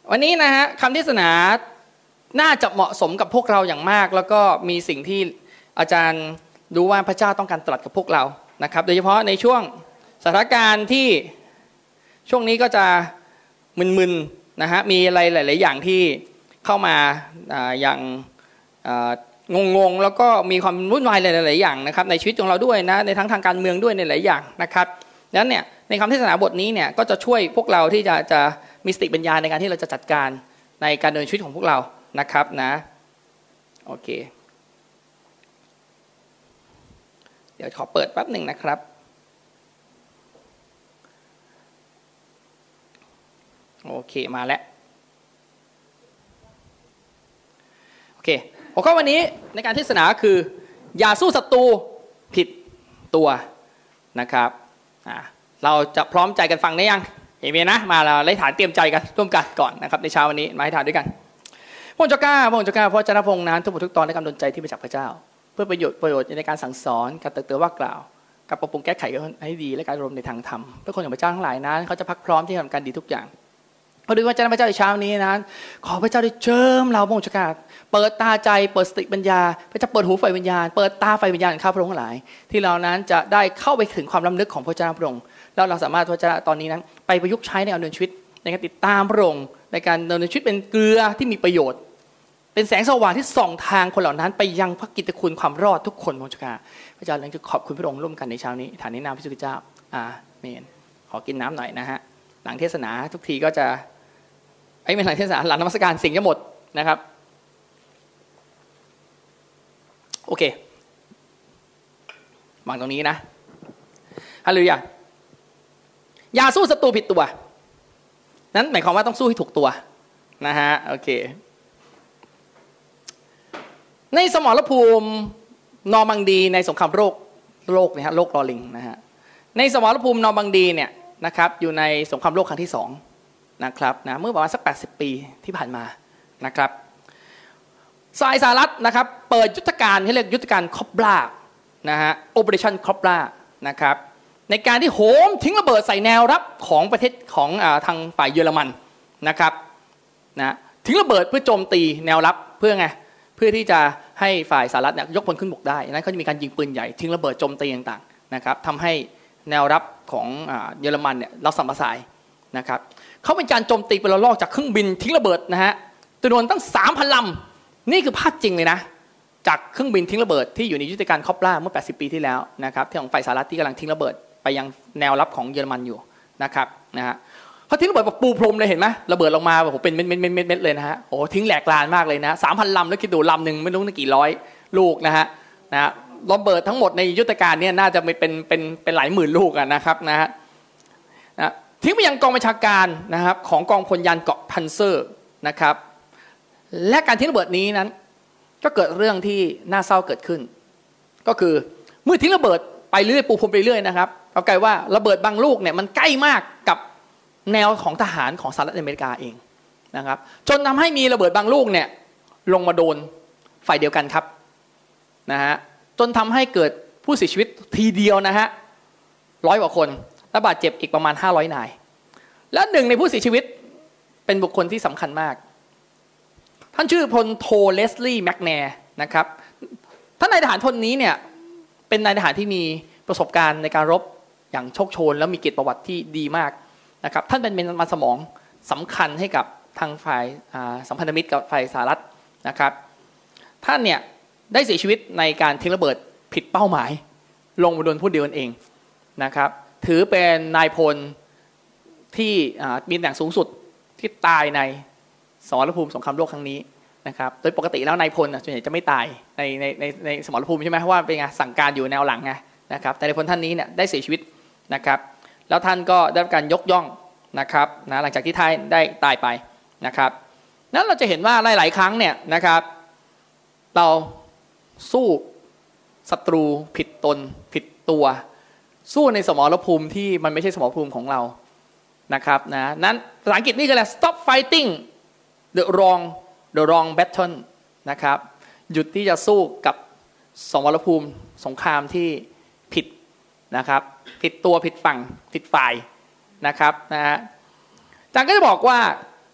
วันนี้นะฮะคำเทศนาน่าจะเหมาะสมกับพวกเราอย่างมากแล้วก็มีสิ่งที่อาจารย์รู้ว่าพระเจ้าต้องการตรัสกับพวกเรานะครับโดยเฉพาะในช่วงสถานการณ์ที่ช่วงนี้ก็จะมึนๆนะฮะมีอะไรหลายๆอย่างที่เข้ามาอย่างงงๆแล้วก็มีความวุ่นวายหลายๆอย่างนะครับในชีวิตของเราด้วยนะในทั้งทางการเมืองด้วยในหลายอย่างนะครับดังนั้นเนี่ยในคำเทศนาบทนี้เนี่ยก็จะช่วยพวกเราที่จะมีสติปัญญาในการที่เราจะจัดการในการดำเนินชีวิตของพวกเรานะครับนะโอเคเดี๋ยวขอเปิดแป๊บหนึ่งนะครับโอเคมาแล้วโอเคหัวข้อวันนี้ในการเทศนาคืออย่าสู้ศัตรูผิดตัวนะครับเราจะพร้อมใจกันฟังได้ยังเอเมนนะมาเราไล่ฐานเตรียมใจกันร่วมกันก่อนนะครับในเช้าวันนี้มาให้ฐานด้วยกันพระองค์เจ้าข้าพระองค์เจ้าข้าพระเจ้าพระองค์นั้นทุกบททุกตอนได้กำลังใจที่มาจากพระเจ้าเพื่อประโยชน์ในการสั่งสอนการเตือนว่ากล่าวการปรับปรุงแก้ไขให้ดีและการอบรมในทางธรรมเพื่อคนของพระเจ้าทั้งหลายนั้นเขาจะพักพร้อมที่จะทำการดีทุกอย่างพระดูว่าพระเจ้าในเช้านี้นั้นขอพระเจ้าได้เจิมเราพระองค์เจ้าข้าเปิดตาใจเปิดสติปัญญาพระเจ้าเปิดหูไฟวิญญาณเปิดตาไฟวิญญาณข้าพระองค์ทั้งหลายที่เรานั้นจะได้เข้าไปถึงความล้ำลึกของพระเจ้าพระองค์แล้วเราสามารถพระเจ้าตอนนี้นั้นไปประยุกต์ใช้ในการดำเนินชีวิตในการติดตามพระองค์ในการดำเนินชีวิตเป็นเกลือที่มีประโยชน์เป็นแสงสว่างที่ส่องทางคนเหล่านั้นไปยังพระกิตติคุณความรอดทุกคนพระเจ้าพระเจ้าเราจะขอบคุณพระองค์ร่วมกันในเช้านี้ฐานในนามพระสุคริสต์เจ้าอาเมนขอกินน้ำหน่อยนะฮะหลังเทศนาทุกทีก็จะไม่หลังเทศนาหลังนมัสการสิ่งจะหมดนะครับโอเควางตรงนี้นะฮาเลลูยาอย่าสู้ศัตรูผิดตัวนั้นหมายความว่าต้องสู้ให้ถูกตัวนะฮะโอเคในสมรภูมินอร์มังดีในสงครามโลกนะฮะโลกรอลิงนะฮะในสมรภูมินอร์มังดีเนี่ยนะครับอยู่ในสงครามโลกครั้งที่2นะครับนะเมื่อประมาณสัก80ปีที่ผ่านมานะครับสหรัฐนะครับเปิดยุทธการที่เรียกยุทธการคอบรานะฮะ Operation Cobra นะครับในการที่โหมทิ้งระเบิดใส่แนวรับของประเทศของทางฝ่ายเยอรมันนะครับนะทิ้งระเบิดเพื่อโจมตีแนวรับเพื่อไงเพื่อที่จะให้ฝ่ายสหรัฐเนี่ยยกพลขึ้นบกได้นั้นเขาจะมีการยิงปืนใหญ่ทิ้งระเบิดโจมตีต่างๆนะครับทำให้แนวรับของเยอรมันเนี่ยเราสัมปสายนะครับเขาเป็นการโจมตีเป็นระลอกจากเครื่องบินทิ้งระเบิดนะฮะจำนวนตั้ง 3,000 ลำนี่คือภาพจริงเลยนะจากเครื่องบินทิ้งระเบิดที่อยู่ในยุทธการคอปราเมื่อ80ปีที่แล้วนะครับที่ของฝ่ายสหรัฐที่กำลังทิ้งระเบิดไปยังแนวรับของเยอรมันอยู่นะครับนะฮะเขาทิ้งระเบิดแบบปูพรมเลยเห็นไหมระเบิดลงมาแบบเป็นเม็ดเลยนะฮะโอ้ทิ้งแหลกลานมากเลยนะ 3,000 ลำแล้วคิดดูลำหนึ่งไม่รู้กี่ร้อยลูกนะฮะระเบิดทั้งหมดในยุทธการเนี่ยน่าจะเป็นหลายหมื่นลูกนะครับนะฮะทิ้งไปยังกองบัญชาการนะครับของกองพลยานเกาะพันเซอร์นะครับและการทิ้งระเบิดนี้นั้นก็เกิดเรื่องที่น่าเศร้าเกิดขึ้นก็คือเมื่อทิ้งระเบิดไปเรื่อยปูพรมไปเรื่อยนะครับเอาไกลว่าระเบิดบางลูกเนี่ยมันใกล้มากกับแนวของทหารของสหรัฐอเมริกาเองนะครับจนทำให้มีระเบิดบางลูกเนี่ยลงมาโดนฝ่ายเดียวกันครับนะฮะจนทำให้เกิดผู้เสียชีวิตทีเดียวนะฮะ100 กว่าคนและบาดเจ็บอีกประมาณ500 นายและหนึ่งในผู้เสียชีวิตเป็นบุคคลที่สำคัญมากท่านชื่อพลโทเลสลี่แมคแนร์นะครับท่านนายทหารคนนี้เนี่ยเป็นนายทหารที่มีประสบการณ์ในการรบอย่างโชคโชนแล้วมีเกียรติประวัติที่ดีมากนะครับท่านเป็นมันสมองสำคัญให้กับทางฝ่ายสัมพันธมิตรกับฝ่ายสหรัฐนะครับท่านเนี่ยได้เสียชีวิตในการทิ้งระเบิดผิดเป้าหมายลงมาโดนผู้เดียวกันเองนะครับถือเป็นนายพลที่มีตำแหน่งสูงสุดที่ตายในสมรภูมิสงครามโลกครั้งนี้นะครับโดยปกติแล้วนายพลส่วนใหญ่จะไม่ตายในสมรภูมิใช่ไหมเพราะว่าเป็นไงสั่งการอยู่แนวหลังไงนะครับแต่นายพลท่านนี้เนี่ยได้เสียชีวิตนะครับแล้วท่านก็ได้รับการยกย่องนะครับนะหลังจากที่ท่านได้ตายไปนะครับนั้นเราจะเห็นว่าหลายๆครั้งเนี่ยนะครับเราสู้ศัตรูผิดตนผิดตัวสู้ในสมรภูมิที่มันไม่ใช่สมรภูมิของเรานะครับนะนั้นภาษาอังกฤษนี่คืออะไร stop fighting the wrong battle นะครับหยุดที่จะสู้กับสมรภูมิสงครามที่ผิดนะครับผิดตัวผิดฝั่งผิดฝ่ายนะครับนะฮะอาจารย์ก็จะบอกว่า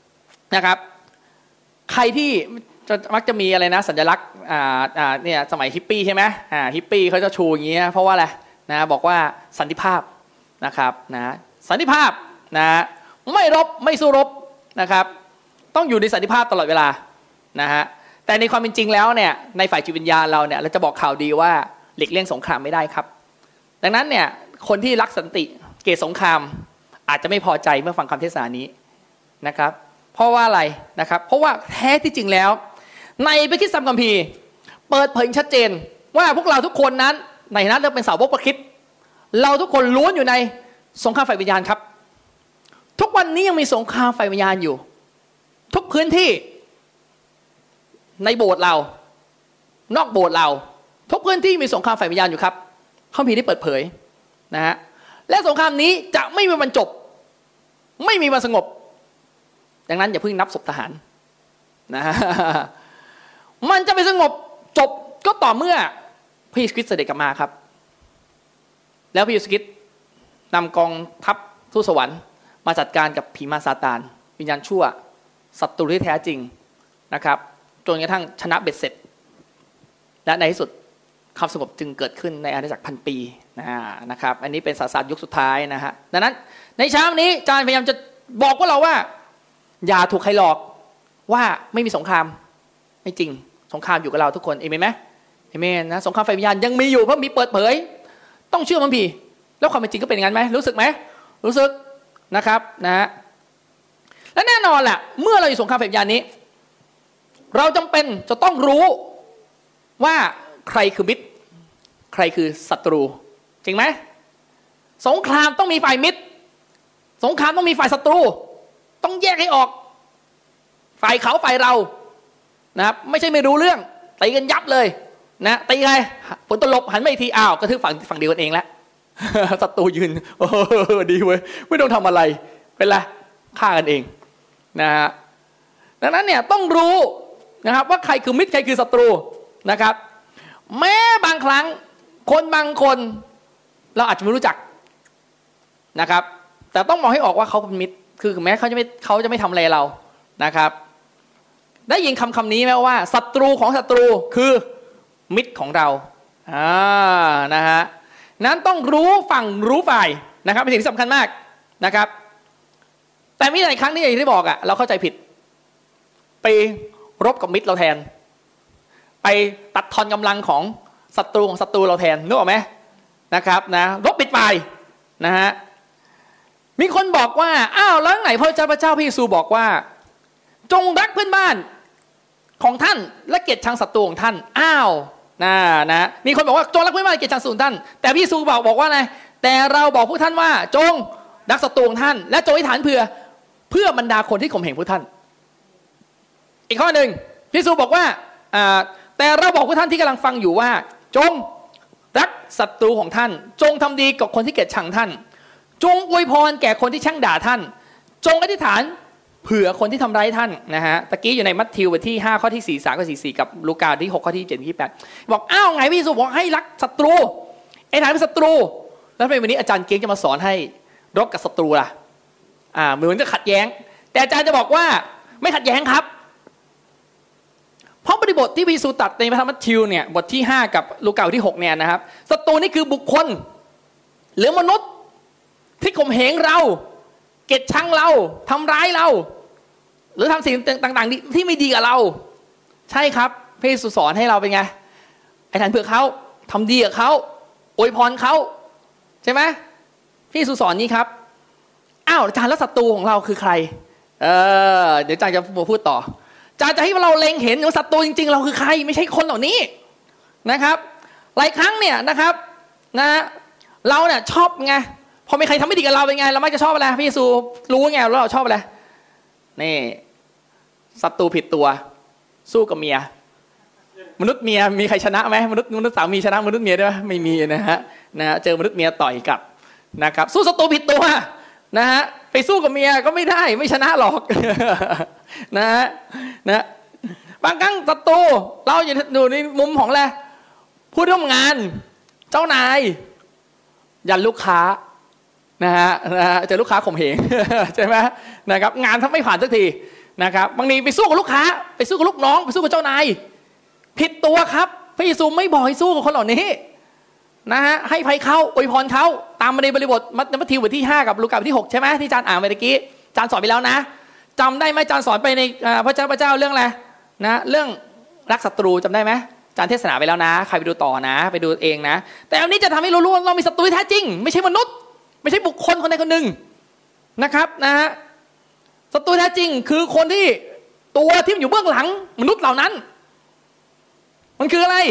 นะครับใครที่มักจะมีอะไรนะสัญลักษณ์เนี่ยสมัยฮิปปี้ใช่ไหมฮิปปี้เขาจะชูอย่างเงี้ยเพราะว่าอะไรนะบอกว่าสันติภาพนะครับนะสันติภาพนะไม่รบไม่สู้รบนะครับต้องอยู่ในสันติภาพตลอดเวลานะฮะแต่ในความเป็นจริงแล้วเนี่ยในฝ่ายจิตวิญญาณเราเนี่ยเราจะบอกข่าวดีว่าหลีกเลี่ยงสงครามไม่ได้ครับดังนั้นเนี่ยคนที่รักสันติเกลียดสงครามอาจจะไม่พอใจเมื่อฟังคำเทศนานี้นะครับเพราะว่าอะไรนะครับเพราะว่าแท้ที่จริงแล้วในพระคริสตธรรมคัมภีร์เปิดเผยชัดเจนว่าพวกเราทุกคนนั้นในฐานะเราเป็นสาวกพระคริสต์เราทุกคนล้วนอยู่ในสงครามฝ่ายวิญญาณครับทุกวันนี้ยังมีสงครามฝ่ายวิญญาณอยู่ทุกพื้นที่ในโบสถ์เรานอกโบสถ์เราทุกพื้นที่มีสงครามฝ่ายวิญญาณอยู่ครับคัมภีร์ได้เปิดเผยนะฮะและสงครามนี้จะไม่มีวันจบไม่มีวันสงบดังนั้นอย่าเพิ่งนับศพทหารนะมันจะไปสงบจบก็ต่อเมื่อพระเยซูคริสต์เสด็จกลับมาครับแล้วพระเยซูคริสต์นำกองทัพทูตสวรรค์มาจัดการกับผีมารซาตานวิญญาณชั่วศัตรูที่แท้จริงนะครับจนกระทั่งชนะเบ็ดเสร็จและในที่สุดความสงบจึงเกิดขึ้นในอาณาจักรพันปีนะครับอันนี้เป็นศาสนายุคสุดท้ายนะฮะดังนั้นในเช้านี้อาจารย์พยายามจะบอกพวกเราว่าอย่าถูกใครหลอกว่าไม่มีสงครามไม่จริงสงครามอยู่กับเราทุกคนเอเมนไหมเอเมนนะสงครามไฟวิญญาณยังมีอยู่เพราะมีเปิดเผยต้องเชื่อมันพี่แล้วความเป็นจริงก็เป็นอย่างนั้นไหมรู้สึกไหมรู้สึกนะครับนะและแน่นอนแหละเมื่อเราอยู่สงครามไฟวิญญาณนี้เราจำเป็นจะต้องรู้ว่าใครคือมิตรใครคือศัตรูจริงไหมสงครามต้องมีฝ่ายมิตรสงครามต้องมีฝ่ายศัตรูต้องแยกให้ออกฝ่ายเขาฝ่ายเรานะครับไม่ใช่ไม่รู้เรื่องตีกันยับเลยนะตีไงผลตลบหันไม่ทีอ้าวกระทืบฝั่งเดียวกันเองแล้วศัตรูยืนดีเว้ยไม่ต้องทำอะไรเป็นไรฆ่ากันเองนะฮะดังนั้นเนี่ยต้องรู้นะครับว่าใครคือมิตรใครคือศัตรูนะครับแม้บางครั้งคนบางคนเราอาจจะไม่รู้จักนะครับแต่ต้องมองให้ออกว่าเขาเป็นมิตรคือแม้เขาจะไม่ทำอะไรเรานะครับได้ยินคำนี้ไหมว่าศัตรูของศัตรูคือมิตรของเรานะฮะนั้นต้องรู้ฝั่งรู้ฝ่ายนะครับเป็นสิ่งที่สำคัญมากนะครับแต่มีหลายครั้งที่อย่างที่บอกเราเข้าใจผิดไปรบกับมิตรเราแทนไปตัดทอนกำลังของศัตรูของศัตรูเราแทนนึกออกไหมนะครับนะรบปิดฝ่ายนะฮะมีคนบอกว่าอ้าวแล้วไหนพระเจ้าพระเยซูบอกว่าจงรักเพื่อนบ้านของท่านและเกลียดชังศัตรูของท่านอ้าวนะมีคนบอกว่าจงรักเพื่อนบ้านเกลียดชังศัตรูของท่านแต่พระเยซูบอกว่าไงแต่เราบอกพวกท่านว่าจงรักศัตรูของท่านและจงอธิษฐานเพื่อบรรดาคนที่ข่มเหงพวกท่านอีกข้อหนึ่งพระเยซูบอกว่าแต่เราบอกพวกท่านที่กำลังฟังอยู่ว่าจงรักศัตรูของท่านจงทำดีกับคนที่เกลียดชังท่านจงอวยพรแก่คนที่แช่งด่าท่านจงอธิษฐานเผื่อคนที่ทำร้ายท่านนะฮะตะกี้อยู่ในมัทธิวบทที่5ข้อที่4 3กับ4 4กับลูกาที่6ข้อที่7ที่8บอกอ้าวไงพระเยซูบอกให้รักศัตรูไอ้ฐานเป็นศัตรูแล้วทำไมวันนี้อาจารย์เกียงจะมาสอนให้รบกับศัตรูล่ะเหมือนจะขัดแย้งแต่อาจารย์จะบอกว่าไม่ขัดแย้งครับเพราะบริบทที่พระเยซูตรัสในพระธรรมมัทธิวเนี่ยบทที่5กับลูกาที่6เนี่ยนะครับศัตรูนี่คือบุคคลหรือมนุษย์ที่ข่มเหงเราเกลียดชังเราทำร้ายเราหรือทำสิ่งต่างๆที่ไม่ดีกับเราใช่ครับพระเยซูสอนให้เราเป็นไงไอ้ฐานเพื่อเขาทำดีกับเขาอวยพรเขาใช่ไหมพระเยซูสอนนี้ครับอ้าวอาจารย์แล้วศัตรูของเราคือใครเดี๋ยวอาจารย์จะพูดต่ออาจารย์จะให้เราเล็งเห็นว่าศัตรูจริงๆเราคือใครไม่ใช่คนเหล่านี้นะครับหลายครั้งเนี่ยนะครับนะเราเนี่ยชอบไงพอมีใครทำไม่ดีกับเราเป็นไงเราไม่จะชอบอะไรพระเยซูรู้ไงแล้วเราชอบอะไรนี่ศัตรูผิดตัวสู้กับเมียมนุษย์เมียมีใครชนะไหมมนุษย์สามีชนะมนุษย์เมียได้ไหมไม่มีนะฮะเจอมนุษย์เมียต่อยกลับนะครับสู้ศัตรูผิดตัวนะฮะไปสู้กับเมียก็ไม่ได้ไม่ชนะหรอกนะบางครั้งศัตรูเราอยู่ในมุมของอะไรผู้ร่วมงานเจ้านายยันลูกค้านะฮะเจอลูกค้าข่มเหงใช่ไหมนะครับงานทำไม่ผ่านสักทีนะครับบางทีไปสู้กับลูกค้าไปสู้กับลูกน้องไปสู้กับเจ้านายผิดตัวครับพระเยซูไม่บอกให้สู้กับคนเหล่านี้นะฮะให้ภัยเขาอวยพรเขาตามในบริบทมัทธิวบทที่5กับลูกาบทที่6ใช่ไหมที่อาจารย์อ่านเมื่อกี้อาจารย์สอนไปแล้วนะจำได้ไหมอาจารย์สอนไปในพระเจ้าเรื่องอะไรนะเรื่องรักศัตรูจำได้ไหมอาจารย์เทศนาไปแล้วนะใครไปดูต่อนะไปดูเองนะแต่อันนี้จะทำให้รู้ว่าเรามีศัตรูแท้จริงไม่ใช่มนุษย์ไม่ใช่บุคคลคนใดคนหนึ่งนะครับนะฮะศัตรูแท้จริงคือคนที่ตัวที่อยู่เบื้องหลังมนุษย์เหล่านั้นมันคืออะไร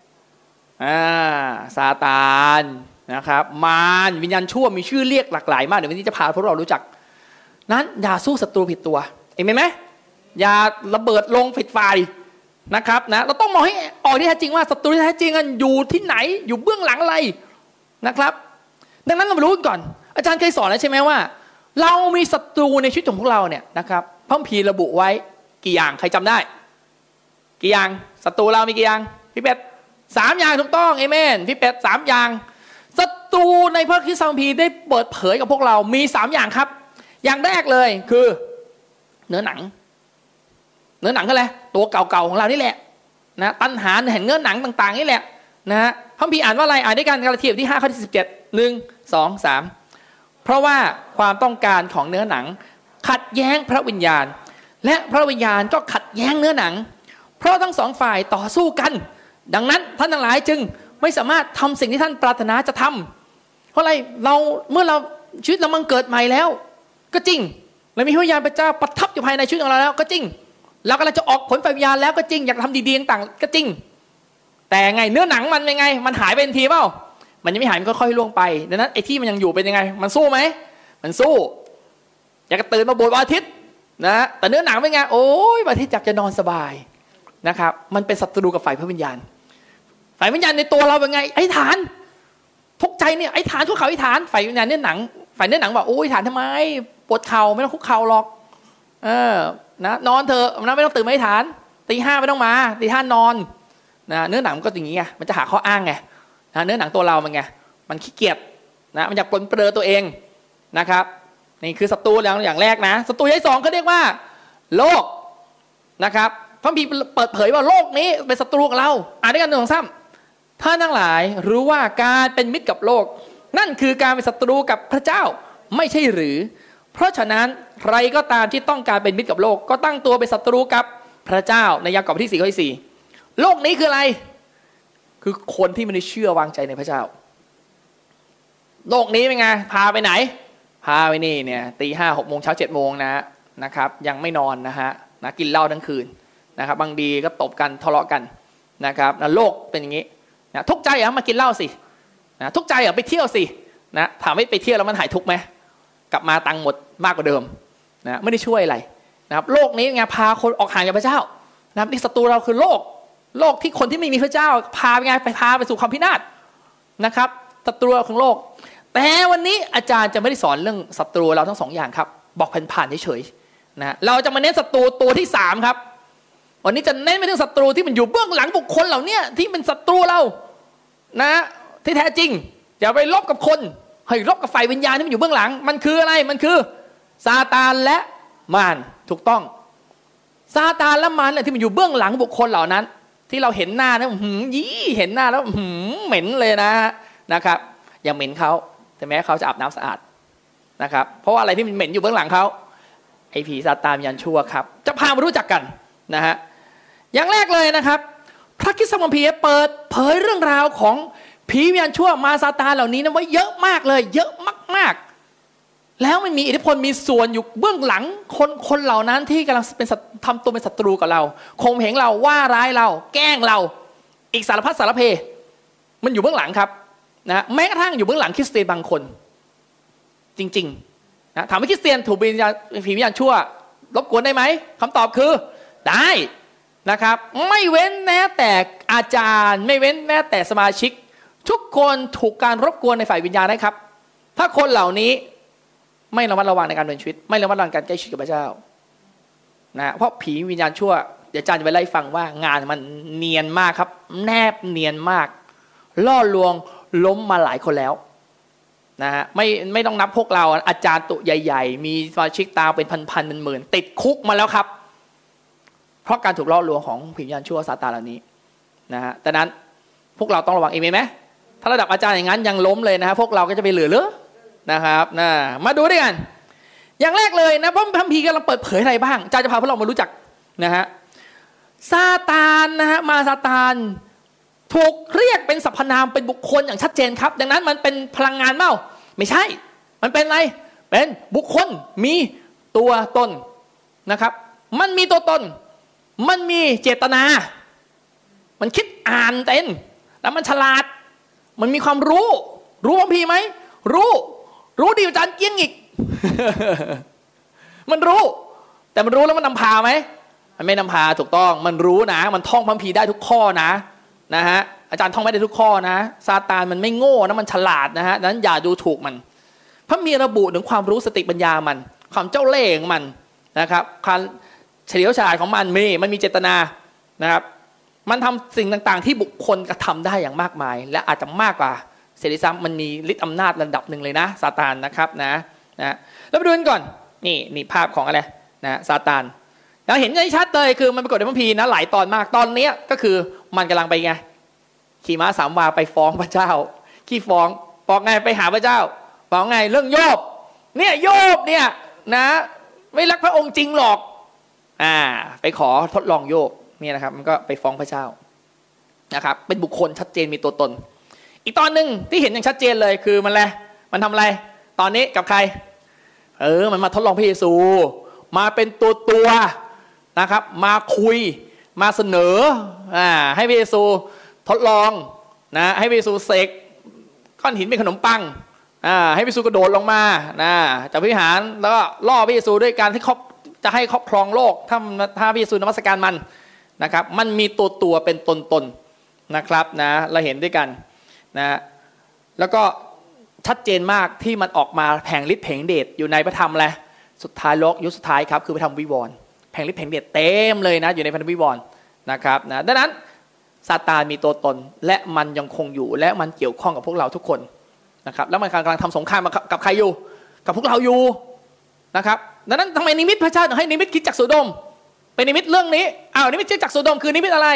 ซาตานนะครับมารวิญญาณชั่วมีชื่อเรียกหลากหลายมากเดี๋ยววันนี้จะพาพวกเรารู้จักนั้นอย่าสู้ศัตรูผิดตัวเห็นไหมอย่าระเบิดลงผิดไฟนะครับนะเราต้องมองให้ออกที่แท้จริงว่าศัตรูที่แท้จริงอยู่ที่ไหนอยู่เบื้องหลังอะไรนะครับดังนั้นเรามารู้ก่อนอาจารย์เคยสอนแล้วใช่ไหมว่าเรามีศัตรูในชีวิตของพวกเราเนี่ยนะครับพระคัมภีร์ระบุไว้กี่อย่างใครจำได้กี่อย่างศัตรูเรามีกี่อย่างพี่เป็ด3 อย่างถูกต้องเอเมนพี่เป็ด3 อย่างศัตรูในพระคัมภีร์ได้เปิดเผยกับพวกเรามี3 อย่างครับอย่างแรกเลยคือเนื้อหนังคืออะไรตัวเก่าๆของเรานี่แหละนะตัณหาแห่งเนื้อหนังต่างๆนี่แหละนะฮะพระคัมภีร์อ่านว่าอะไรอ่านด้วยกันกาลาเทียบทที่5ข้อที่17 1 2 3เพราะว่าความต้องการของเนื้อหนังขัดแย้งพระวิญญาณและพระวิญญาณก็ขัดแย้งเนื้อหนังเพราะทั้ง2 ฝ่ายต่อสู้กันดังนั้นท่านทั้งหลายจึงไม่สามารถทำสิ่งที่ท่านปรารถนาจะทำเพราะอะไรเมื่อเราชีวิตเรามันเกิดใหม่แล้วก็จริงเรามีพระวิญญาณพระเจ้าประทับอยู่ภายในชีวิตของเราแล้วก็จริงเรากำลังจะออกผลฝ่ายวิญญาณแล้วก็จริงอยากทำดีๆต่างๆก็จริงแต่ไงเนื้อหนังมันเป็นไงมันหายไปทันทีเปล่ามันยังไม่หายมันค่อยๆล่วงไปดังนั้นไอ้ที่มันยังอยู่เป็นยังไงมันสู้ไหมมันสู้อยากจะตื่นมาโบสถ์วันอาทิตย์นะแต่เนื้อหนังเป็นไงโอ้ยวันอาทิตย์อยากจะนอนสบายนะครับมันเป็นศัตรูกับฝ่ายพระวิญญาณฝ่ายวิญญาณในตัวเราเป็นไงไอ้ฐานทุกใจเนี่ยไอ้ฐานคุกเข่าไอ้ฐานฝ่ายวิญญาณเนื้อหนังฝ่ายเนื้อหนังบอกโอ้ยฐานทำไมปวดเข่าไม่ต้องคุกเข่าหรอกนะนอนเถอะนะไม่ต้องตื่นมาให้ฐานตี 5ไม่ต้องมาตี 5นอนนะเนื้อหนังมันก็อย่างงี้ไงมันจะหาข้ออ้างไงนะเนื้อหนังตัวเรามันไงมันขี้เกียจนะมันอยากปลนเปลือตัวเองนะครับนี่คือศัตรูอย่างแรกนะศัตรูที่2เขาเรียกว่าโลกนะครับพระคัมภีร์เปิดเผยว่าโลกนี้เป็นศัตรูกับเราอ่านด้วยกัน1 2 3ท่านทั้งหลายรู้ว่าการเป็นมิตรกับโลกนั่นคือการเป็นศัตรูกับพระเจ้าไม่ใช่หรือเพราะฉะนั้นใครก็ตามที่ต้องการเป็นมิตรกับโลกก็ตั้งตัวเป็นศัตรูกับพระเจ้าในยากอบบทที่4ข้อที่4โลกนี้คืออะไรคือคนที่ไม่ได้เชื่อวางใจในพระเจ้าโลกนี้เป็นไงพาไปไหนพาไปนี่เนี่ยตี 5 6 โมงเช้า7 โมงนะครับยังไม่นอนนะกินเหล้าทั้งคืนนะครับบางทีก็ตบกันทะเลาะกันนะครับโลกเป็นอย่างนี้นะทุกข์ใจมากินเหล้าสินะทุกข์ใจไปเที่ยวสินะถามว่าไปเที่ยวแล้วมันหายทุกข์ไหมกลับมาตังค์หมดมากกว่าเดิมนะไม่ได้ช่วยอะไรนะครับโลกนี้ไงพาคนออกห่างจากพระเจ้านะนี่ศัตรูเราคือโลกที่คนที่ไม่มีพระเจ้าพาไปไงพาไปสู่ความพินาศนะครับศัตรูของโลกแต่วันนี้อาจารย์จะไม่ได้สอนเรื่องศัตรูเราทั้ง2 อย่างครับบอกผ่านๆเฉยๆนะเราจะมาเน้นศัตรูตัวที่3ครับวันนี้จะเน้นไปเรื่องศัตรูที่มันอยู่เบื้องหลังบุคคลเหล่านี้ที่เป็นศัตรูเรานะที่แท้จริงอย่าไปลบกับคนให้ลบกับฝ่ายวิญญาณที่มันอยู่เบื้องหลังมันคืออะไรมันคือซาตานและมารถูกต้องซาตานและมารเนี่ยที่มันอยู่เบื้องหลังบุคคลเหล่านั้นที่เราเห็นหน้านะเห็นหน้าแล้วเหม็นเลยนะครับอย่าเหม็นเขาแต่แม้เขาจะอาบน้ำสะอาดนะครับเพราะว่าอะไรที่มันเหม็นอยู่เบื้องหลังเขาไอ้ผีซาตานวิญญาณชั่วครับจะพามารู้จักกันนะฮะอย่างแรกเลยนะครับพระคริสตคัมภีร์เปิดเผยเรื่องราวของผีวิญญาณชั่วมาซาตานเหล่านี้นะไว้เยอะมากเลยเยอะมากๆแล้วมันมีอิทธิพลมีส่วนอยู่เบื้องหลังคนเหล่านั้นที่กำลังเป็นทำตัวเป็นศัตรูกับเราข่มเหงเราว่าร้ายเราแกล้งเราอีกสารพัดสารเพมันอยู่เบื้องหลังครับนะแม้กระทั่งอยู่เบื้องหลังคริสเตียนบางคนจริงๆนะถามว่าคริสเตียนถูกผีวิญญาณชั่วรบกวนได้ไหมคำตอบคือได้นะครับไม่เว้นแม้แต่อาจารย์ไม่เว้นแม้แต่สมาชิกทุกคนถูกการรบกวนในฝ่ายวิญญาณนะครับถ้าคนเหล่านี้ไม่ระมัดระวังในการดำเนินชีวิตไม่ระมัดระวังการใกล้ชิดกับพระเจ้านะเพราะผีวิญญาณชั่วเดี๋ยวอาจารย์จะไปไล่ฟังว่างานมันเนียนมากครับแนบเนียนมากล่อลวงล้มมาหลายคนแล้วนะฮะไม่ต้องนับพวกเราอาจารย์ตุใหญ่ๆมีสมาชิกตามเป็นพันๆเป็นหมื่นติดคุกมาแล้วครับเพราะการถูกล่อลวงของผีวิญญาณชั่วซาตานเหล่านี้นะฮะแต่นั้นพวกเราต้องระวังเองไหมถ้าระดับอาจารย์อย่างนั้นยังล้มเลยนะฮะพวกเราก็จะไปเหลือนะครับมาดูด้วยกันอย่างแรกเลยนะพระคัมภีร์กำลังเปิดเผยอะไรบ้างอาจารย์จะพาพวกเรามารู้จักนะฮะซาตานนะฮะมาซาตานถูกเรียกเป็นสรรพนามเป็นบุคคลอย่างชัดเจนครับดังนั้นมันเป็นพลังงานเปล่าไม่ใช่มันเป็นอะไรเป็นบุคคลมีตัวตนนะครับมันมีตัวตนมันมีเจตนามันคิดอ่านเป็นแล้วมันฉลาดมันมีความรู้พระคัมภีร์ไหมรู้ดีกว่าอาจารย์เกี้ยงอีก มันรู้แต่มันรู้แล้วมันนำพาไหมมันไม่นำพาถูกต้องมันรู้นะมันท่องพระคัมภีร์ได้ทุกข้อนะฮะอาจารย์ท่องไม่ได้ทุกข้อนะซาตานมันไม่โง่นะมันฉลาดนะฮะดังนั้นอย่าดูถูกมันพระมีระบุถึงความรู้สติปัญญามันความเจ้าเล่ห์ของมันนะครับความเฉลียวฉลาดของมันมีเจตนานะครับมันทำสิ่งต่างๆที่บุคคลกระทำได้อย่างมากมายและอาจจะมากกว่าเสรีซ้ำมันมีฤทธิ์อำนาจระดับหนึ่งเลยนะซาตานนะครับนะแล้วไปดูกันก่อนนี่ภาพของอะไรนะซาตานเราเห็นได้ชัดเลยคือมันปรากฏในพระคัมภีร์นะหลายตอนมากตอนนี้ก็คือมันกำลังไปไงขี่ม้าสามวาไปฟ้องพระเจ้าฟ้องไงไปหาพระเจ้าฟ้องไงเรื่องโยบเนี่ยโยบเนี่ยนะไม่รักพระองค์จริงหรอกไปขอทดลองโยบเนี่ยนะครับมันก็ไปฟ้องพระเจ้านะครับเป็นบุคคลชัดเจนมีตัวตนอีกตอนหนึ่งที่เห็นอย่างชัดเจนเลยคือมันทำอะไรตอนนี้กับใครมันมาทดลองพระเยซูมาเป็นตัวนะครับมาคุยมาเสนอให้พระเยซูทดลองนะให้พระเยซูเสกก้อนหินเป็นขนมปังให้พระเยซูกระโดดลงมาจากวิหารแล้วก็ล่อพระเยซูด้วยการที่จะให้ครอบครองโลกถ้าพระเยซูนมัสการมันนะครับมันมีตัวเป็นตนนะครับนะเราเห็นด้วยกันนะแล้วก็ชัดเจนมากที่มันออกมาแผงฤทธิ์แผงเดชอยู่ในพระธรรมอะไรสุดท้ายยุคสุดท้ายครับคือพระธรรมวิวรณ์แผงฤทธิ์แผงเดชเต็มเลยนะอยู่ในพระธรรมวิวรณ์นะครับนะดังนั้นซาตานมีตัวตนและมันยังคงอยู่และมันเกี่ยวข้องกับพวกเราทุกคนนะครับแล้วมันกำลังทำสงครามกับใครอยู่กับพวกเราอยู่นะครับดังนั้นทำไมนิมิตพระเจ้าถึงให้นิมิตคริสตจักรโสโดมเป็นนิมิตเรื่องนี้นิมิตคริสตจักรโสโดมคือนิมิตอะไร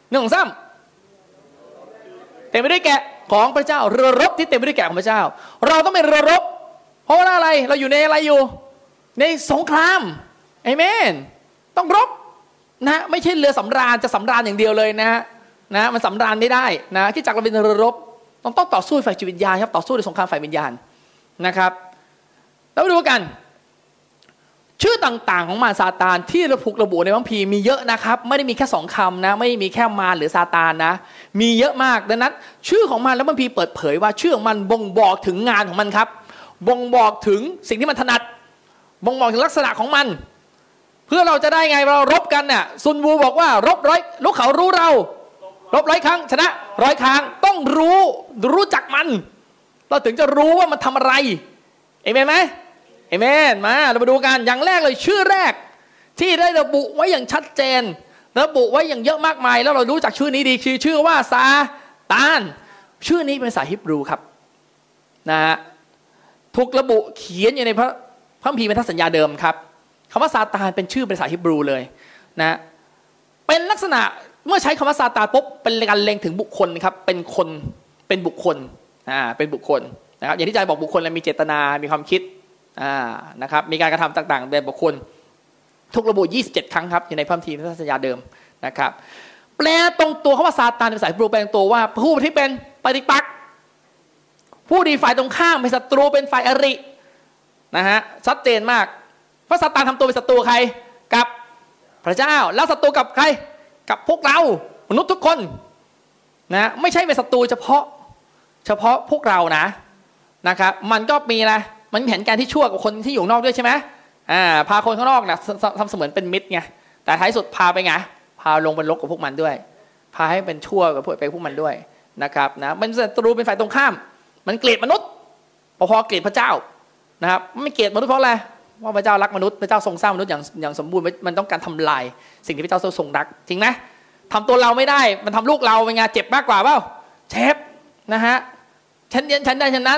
1-3เต็มไปด้วยแกะของพระเจ้าเรือรบที่เต็มไปด้วยแกะของพระเจ้าเราต้องเป็นเรือรบเพราะว่าอะไรเราอยู่ในอะไรอยู่ในสงครามอาเมนต้องรบนะไม่ใช่เรือสำราญจะสำราญอย่างเดียวเลยนะมันสำราญไม่ได้นะที่จักรเราเป็นเรือรบต้องต่อสู้ฝ่ายจิตวิญญาณครับต่อสู้ในสงครามฝ่ายวิญญาณนะครับแล้วดูกันชื่อต่างๆของมารซาตานที่ถูกระบุในพระคัมภีร์มีเยอะนะครับไม่ได้มีแค่2 คำนะไม่ได้มีแค่มารหรือซาตานนะมีเยอะมากดังนั้นชื่อของมันแล้วพระคัมภีร์เปิดเผยว่าชื่อของมันบ่งบอกถึงงานของมันครับบ่งบอกถึงสิ่งที่มันถนัดบ่งบอกถึงลักษณะของมันเพื่อเราจะได้ไงเรารบกันเนี่ยซุนวูบอกว่ารบลูกเขารู้เรารบ100 ครั้งชนะ100 ครั้งต้องรู้จักมันเราถึงจะรู้ว่ามันทำอะไรเอเมนไหมเอเมนมาเรามาดูกันอย่างแรกเลยชื่อแรกที่ได้ระบุไว้อย่างชัดเจนระบุไว้อย่างเยอะมากมายแล้วเรารู้จักชื่อนี้ดีคือชื่อว่าซาตานชื่อนี้เป็นภาษาฮีบรูครับนะฮะถูกระบุเขียนอยู่ในพระคัมภีร์พันธสัญญาเดิมครับคำว่าซาตานเป็นชื่อภาษาฮีบรูเลยนะเป็นลักษณะเมื่อใช้คำว่าซาตานปุ๊บเป็นการเล็งถึงบุคคลครับเป็นคนเป็นบุคคลเป็นบุคคลนะครับอย่างที่อาจารย์บอกบุคคลแล้วมีเจตนามีความคิดนะครับมีการกระทำต่างๆแบบบุคคลถูกระบุ27 ครั้งครับอยู่ในพระคัมภีร์พันธสัญญาเดิมนะครับแปลตรงตัวคำว่าซาตานในภาษาฮีบรูแปลตรงตัวว่าผู้ที่เป็นปฏิปักษ์ผู้ดีฝ่ายตรงข้ามเป็นศัตรูเป็นฝ่ายอรินะฮะชัดเจนมากเพราะซาตานทำตัวเป็นศัตรูใครกับพระเจ้าแล้วศัตรูกับใครกับพวกเรามนุษย์ทุกคนนะไม่ใช่เป็นศัตรูเฉพาะพวกเรานะครับมันก็มีอะไรมันแผนการที่ชั่วกับคนที่อยู่นอกด้วยใช่ไหมพาคนข้างนอกเนี่ยทำเสมือนเป็นมิตรไงแต่ท้ายสุดพาไปไงพาลงเป็นลบกับพวกมันด้วยพาให้เป็นชั่วกับพวกมันด้วยนะครับนะมันศัตรูเป็นฝ่ายตรงข้ามมันเกลียดมนุษย์พอเกลียดพระเจ้านะครับไม่เกลียดมนุษย์เพราะอะไรว่าพระเจ้ารักมนุษย์พระเจ้าทรงสร้างมนุษย์อย่างสมบูรณ์มันต้องการทำลายสิ่งที่พระเจ้าทรงรักจริงไหมทำตัวเราไม่ได้มันทำลูกเราเป็นไงเจ็บมากกว่าเปล่าเชฟนะฮะฉันได้ฉันนั้น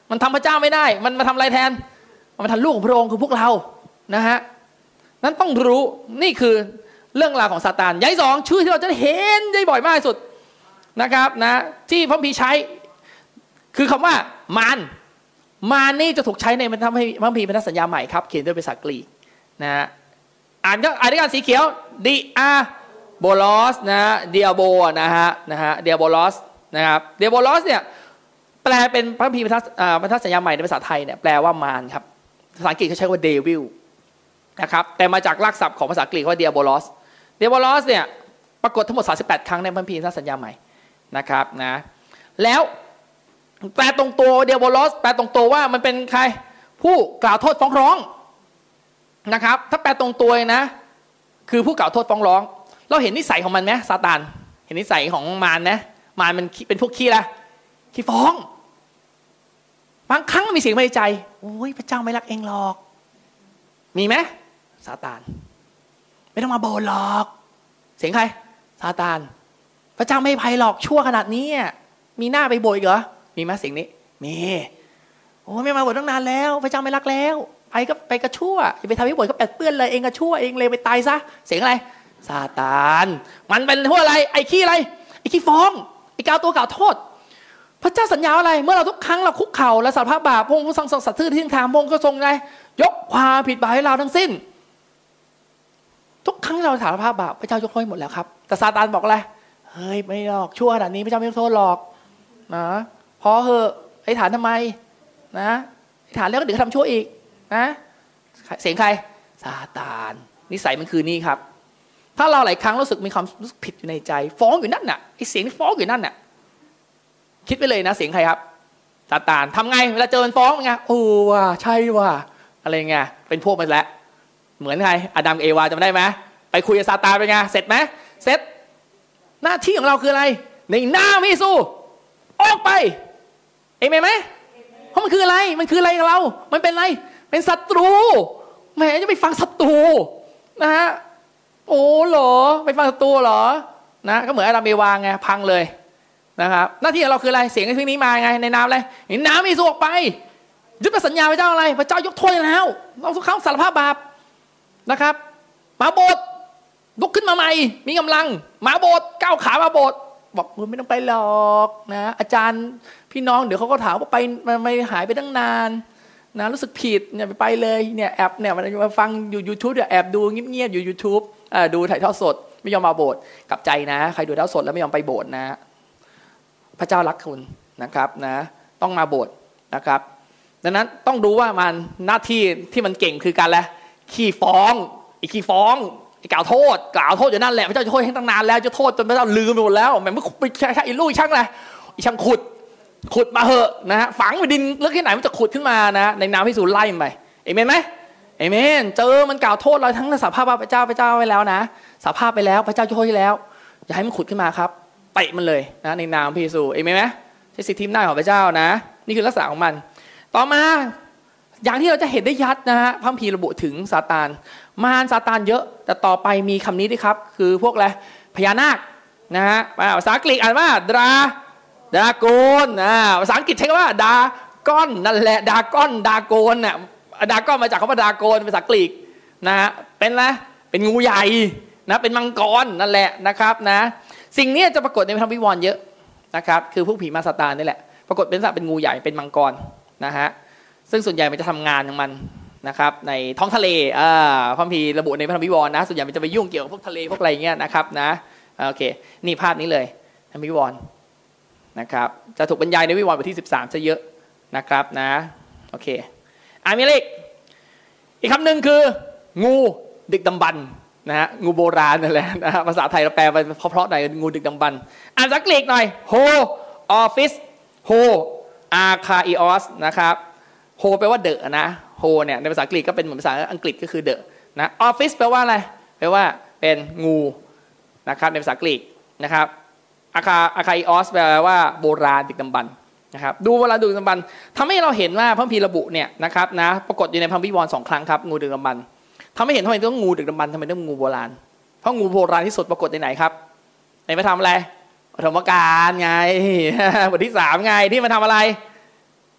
มันทำพระเจ้าไม่ได้มันมาทำอะไรแทนมันมาทำลูกของพระองค์คือพวกเรานะฮะนั้นต้องรู้นี่คือเรื่องราวของซาตานอย่างที่สองชื่อที่เราจะเห็นได้บ่อยมากที่สุดนะครับนะที่พระคัมภีร์ใช้คือคำว่ามารนี่จะถูกใช้ในพระคัมภีร์พันธสัญญาใหม่ครับเขียนด้วยภาษากรีกนะฮะอ่านด้วยกันสีเขียวดิอาโบลอสนะเดียโบนะฮะเดียโบลอสนะครับเดียโบลอสเนี่ยแปลเป็นพระคัมภีร์พันธสัญญาใหม่ในภาษาไทยเนี่ยแปลว่ามารครับภาษาอังกฤษเขาใช้ว่าเดวิลนะครับแต่มาจากรากศัพท์ของภาษากรีกว่าเดียโบลอสเนี่ยปรากฏทั้งหมด38ครั้งในพระคัมภีร์พันธสัญญาใหม่นะครับนะแล้วแปลตรงตัวเดียโบลอสแปลตรงตัวว่ามันเป็นใครผู้กล่าวโทษฟ้องร้องนะครับถ้าแปลตรงตัวนะคือผู้กล่าวโทษฟ้องร้องเราเห็นนิสัยของมันไหมซาตานเห็นนิสัยของมารนะมารมันเป็นพวกขี้ละขี้ฟ้องบางครั้งมีเสียงในใจโอ้ยพระเจ้าไม่รักเองหรอกมีไหมซาตานไม่ต้องมาบ่นหรอกเสียงใครซาตานพระเจ้าไม่ให้ภัยหรอกชั่วขนาดนี้มีหน้าไปบ่นอีกเหรอมีไหมเสียงนี้มีโอ้ไม่มาบ่นตั้งนานแล้วพระเจ้าไม่รักแล้วไปก็ชั่วอย่าไปทำให้บ่นก็แปดเปื้อนเลยเองก็ชั่วเองเลยไปตายซะเสียงอะไรซาตานมันเป็นพวกอะไรไอ้ขี้อะไรไอ้ขี้ฟ้องไอ้กล่าวตัวกล่าวโทษพระเจ้าสัญญาอะไรเมื่อเราทุกครั้งเราคุกเข่าและสารภาพบาปพระองค์ทรงสัตย์ซื่อที่ทางพระองค์ก็ทรงไงยกความผิดบาปให้เราทั้งสิ้นทุกครั้งเราสารภาพบาปพระเจ้ายกโทษหมดแล้วครับแต่ซาตานบอกอะไรเฮ้ยไม่หรอกชั่วขนาดนี้พระเจ้าไม่ยกโทษหรอกนะพอเหอะไอ้ฐานทำไมนะไอ้ฐานแล้วก็เดี๋ยวทำชั่วอีกนะเสียงใครซาตานนิสัยมันคือนี่ครับถ้าเราหลายครั้งรู้สึกมีความรู้สึกผิดอยู่ในใจฟ้องอยู่นั่นน่ะไอ้เสียงที่ฟ้องอยู่นั่นน่ะคิดไปเลยนะเสียงใครครับซาตานทำไงเวลาเจอมันฟ้องไงโอ้ว่ะใช่ว่ะอะไรเงี้ยเป็นพวกมันแล้วเหมือนใครอาดัมกับเอวาจำได้ไหมไปคุยกับซาตานเป็นไงเสร็จไหมเสร็จหน้าที่ของเราคืออะไรในหน้าไม่สู้ออกไปเอเมนไหมเพราะมันคืออะไรกับเรามันเป็นอะไรเป็นศัตรูแหมจะไปฟังศัตรูนะฮะโอ้เหรอไปฟังศัตรูเหรอนะก็เหมือนอาดัมเอวาไงพังเลยนะครับหน้าที่ของเราคืออะไรเสียงในที่นี้มาไงในน้ำอะไรน้ำไม่สู้ออกไปยึดสัญญาพระเจ้าอะไรพระเจ้ายกโทษแล้วเราทุกครั้งสารภาพบาปนะครับมาโบสถ์ลุกขึ้นมาใหม่มีกำลังมาโบสถ์ก้าวขามาโบสถ์บอกไม่ต้องไปหรอกนะอาจารย์พี่น้องเดี๋ยวเขาก็ถามว่าไปไม่หายไปตั้งนานนะรู้สึกผิดเนี่ยไปเลยเนี่ยแอบเนี่ยมาฟังอยู่ YouTube เดี๋ยวแอบดูเงียบๆอยู่ YouTube ดูถ่ายทอดสดไม่ยอมมาโบสถ์กลับใจนะใครดูถ่ายทอดสดแล้วไม่ยอมไปโบสถ์นะพระเจ้ารักคุณนะครับนะต้องมาโบสถ์นะครับดังนั้นต้องดูว่ามันหน้าที่ที่มันเก่งคือการอะไรขี้ฟ้องขี้ฟ้องกล่าวโทษอยู่นั่นแหละพระเจ้าจะโทษให้ตั้งนานแล้วจะโทษจนพระเจ้าลืมไปหมดแล้วแม่งไม่ใช่อีลูกช่างอะไรอีช่างขุดมาเหอะนะฮะฝังในดินลึกแค่ไหนมันจะขุดขึ้นมานะในน้ำพิสูจน์ไล่มันไปเอเมนไหมเอเมนเจอมันกล่าวโทษเราทั้งสารภาพพระเจ้าไว้แล้วนะสารภาพไปแล้วพระเจ้าจะโทษให้แล้วอย่าให้มันขุดขึ้นมาครับเตะมันเลยนะในนามพระเยซูเอเมนไหมใช้สิทธิอำนาจของพระเจ้านะนี่คือลักษณะของมันต่อมาอย่างที่เราจะเห็นได้ยัดนะฮะพระคัมภีร์ระบุถึงซาตานมารซาตานเยอะแต่ต่อไปมีคำนี้ด้วยครับคือพวกอะไรพญานาคนะฮะภาษาอังกฤษอ่านว่าดาโกนภาษาอังกฤษใช้คำว่าดาก้อนนั่นแหละดาก้อนดาโกนน่ะดาก้อนมาจากคำว่าดาโกนภาษากรีกนะฮะเป็นอะไรเป็นงูใหญ่นะเป็นมังกรนั่นแหละนะครับนะสิ่งนี้จะปรากฏในพระธรรมวิวรณ์เยอะนะครับคือพวกผีมารซาตานนี่แหละปรากฏเป็นงูใหญ่เป็นมังกรนะฮะซึ่งส่วนใหญ่มันจะทำงานของมันนะครับในท้องทะเลพระคัมภีร์ระบุในพระธรรมวิวรณ์นะส่วนใหญ่มันจะไปยุ่งเกี่ยวกับพวกทะเลพวกอะไรเงี้ยนะครับนะโอเคนี่ภาพนี้เลยพระธรรมวิวรณ์นะครับจะถูกบรรยายในวิวรณ์บทที่13ซะเยอะนะครับนะโอเคมีเลขอีกคำหนึ่งคืองูดึกดำบรรพ์นะฮะงูโบราณนั่นแหละนะภาษาไทยเราแปลไปเพราะๆหน่อยงูดึกดำบรรพ์อ่านภาษาอังกฤษหน่อยโฮออฟฟิศโฮอาคาอิออสนะครับโฮแปลว่าเดอะนะโฮเนี่ยในภาษาอังกฤษก็เป็นเหมือนภาษาอังกฤษก็คือเดอะนะออฟฟิศแปลว่าอะไรแปลว่าเป็นงูนะครับในภาษาอังกฤษนะครับอาคาอิออสแปลว่าโบราณดึกดำบรรพ์นะครับดูเวลาดึกดำบรรพ์ทำให้เราเห็นว่าพระคัมภีร์ระบุเนี่ยนะครับนะปรากฏอยู่ในพระคัมภีร์วิวรณ์2 ครั้งครับงูดึกดำบรรพ์ทำให้เห็นทำไมต้องงูดึกดำบรรพ์ทำไมต้องงูโบราณเพราะงูโบราณที่สุดปรากฏในไหนครับในพระธรรมอะไรปฐมกาลไงบทที่3ไงที่มาทำอะไร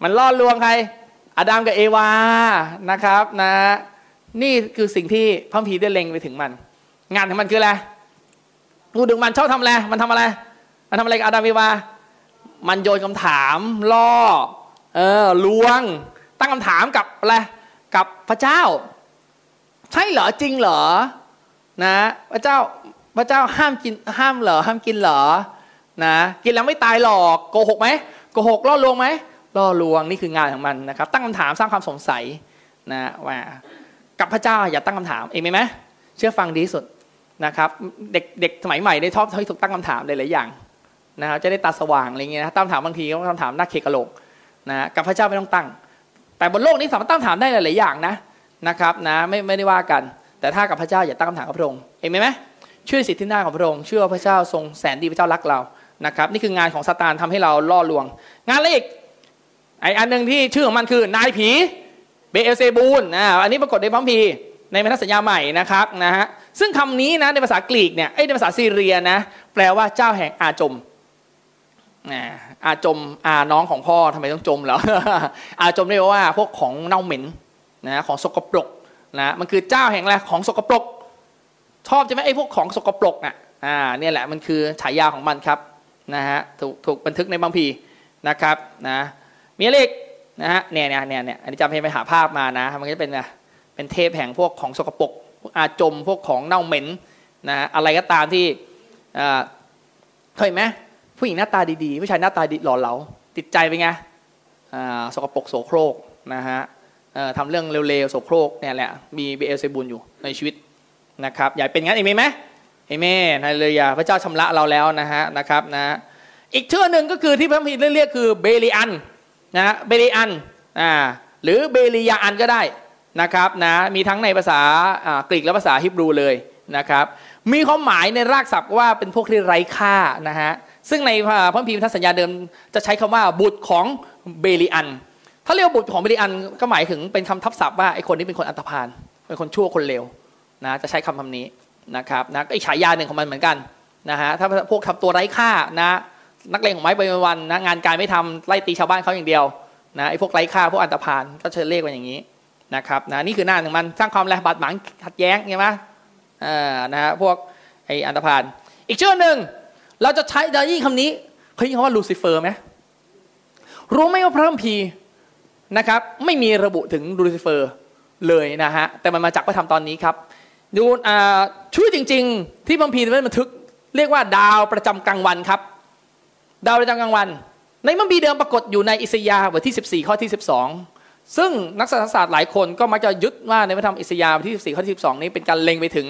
มันล่อลวงใครอาดัมกับเอวานะครับนะนี่คือสิ่งที่พระคัมภีร์ได้เล็งไปถึงมันงานของมันคืออะไรงูดึงมันชอบทำอะไรมันทำอะไรกับอาดัมเอวามันโยนคำถามล่อลวงตั้งคำถามกับอะไรกับพระเจ้าใช่เหรอจริงเหรอนะพระเจ้าห้ามกินห้ามเหรอห้ามกินเหรอนะกินแล้วไม่ตายหรอกโกหกไหมโกหกล่อลวงไหมล่อลวงนี่คืองานของมันนะครับตั้งคำถามสร้างความสงสัยนะว่ากับพระเจ้าอย่าตั้งคำถามเองไหมเชื่อฟังดีสุดนะครับเด็กสมัยใหม่ได้ชอบให้ถูกตั้งคำถามหลายๆอย่างนะครับจะได้ตาสว่างอะไรเงี้ยนะตั้งคำถามบางทีก็คำถามน่าเคกะโหลกนะกับพระเจ้าไม่ต้องตั้งแต่บนโลกนี้สามารถตั้งคำถามได้หลายๆอย่างนะครับนะไม่ได้ว่ากันแต่ถ้ากับพระเจ้าอย่าตั้งคำถามกับพระองค์เองไหมช่วยสิทธิหน้าของพระองค์เชื่อพระเจ้าทรงแสนดีพระเจ้ารักเรานะครับนี่คืองานของซาตานทำให้เราล่อลวงงานอะไรอีกอันหนึ่งที่ชื่อของมันคือนายผีเบเอลเซบูลอันนี้ปรากฏในพระคัมภีร์ในพันธสัญญาใหม่นะครับนะฮะซึ่งคำนี้นะในภาษากรีกเนี่ยในภาษาซีเรียนะแปลว่าเจ้าแห่งอาจมอาจมน้องของพ่อทำไมต้องจมเหรอ อาจมเรียกว่าพวกของเน่าเหม็นนะของสกปรกนะมันคือเจ้าแห่งอะไรของสกปรกชอบใช่ไหมไอ้พวกของสกปรกเนี่ยแหละมันคือฉายาของมันครับนะฮะถูกบันทึกในคัมภีร์นะครับนะมีอะไรอีกนะฮะเนี่ยอันนี้จำให้ไปหาภาพมานะมันก็จะเป็นเทพแห่งพวกของสกปรกอาจมพวกของเน่าเหม็นนะอะไรก็ตามที่เคยไหมผู้หญิงหน้าตาดีๆผู้ชายหน้าตาดีหล่อเหลาติดใจเป็นไงสกปรกโสโครกนะฮะทำเรื่องเร็วๆโสโครกเนี่ยแหละมีเบเอลเซบูลอยู่ในชีวิตนะครับอยากเป็นงั้นเองไหมเอเมนฮาเลลูยาพระเจ้าชำระเราแล้วนะครับนะอีกชื่อหนึ่งก็คือที่พระคัมภีร์เรียกคือเบลีอันนะเบลีอันหรือเบลียาอันก็ได้นะครับนะมีทั้งในภาษากรีกและภาษาฮิบรูเลยนะครับมีความหมายในรากศัพท์ว่าเป็นพวกที่ไร้ค่านะฮะซึ่งในพระคัมภีร์พันธสัญญาเดิมจะใช้คำว่าบุตรของเบลีอันถ้าเรียกบุตรของเบลีอันก็หมายถึงเป็นคำทับศัพท์ว่าไอ้คนนี้เป็นคนอันธพาลเป็นคนชั่วคนเลวนะจะใช้คำนี้นะครับนะก็อีกฉายาหนึ่งของมันเหมือนกันนะฮะถ้าพวกทำตัวไร้ค่านะนักเลงของไม้ไปวันนะงานการไม่ทำไล่ตีชาวบ้านเขาอย่างเดียวนะไอ้พวกไร้ค่าพวกอันธพาลก็จะเรียกว่าอย่างนี้นะครับนะนี่คือหน้าของมันสร้างความแรงบาดหมางขัดแย้งใช่ไหมนะฮะพวกไอ้อันธพาลอีกชื่อหนึ่งเราจะใช้ดายี่คำนี้เขาเรียกว่าลูซิเฟอร์ไหมรู้ไหมว่าพระคัมภีร์นะครับไม่มีระบุถึงลูซิเฟอร์เลยนะฮะแต่มันมาจากพระธรรมตอนนี้ครับดูชื่อจริงๆที่พระคัมภีร์ได้บันทึกเรียกว่าดาวประจำกลางวันครับดาวประจำกลางวันในพระคัมภีร์เดิมปรากฏอยู่ในอิสยาห์บทที่14ข้อที่12ซึ่งนักศาสนศาสตร์หลายคนก็มักจะยึดว่าในพระธรรมอิสยาห์บทที่14ข้อที่12นี้เป็นการเล็งไปถึง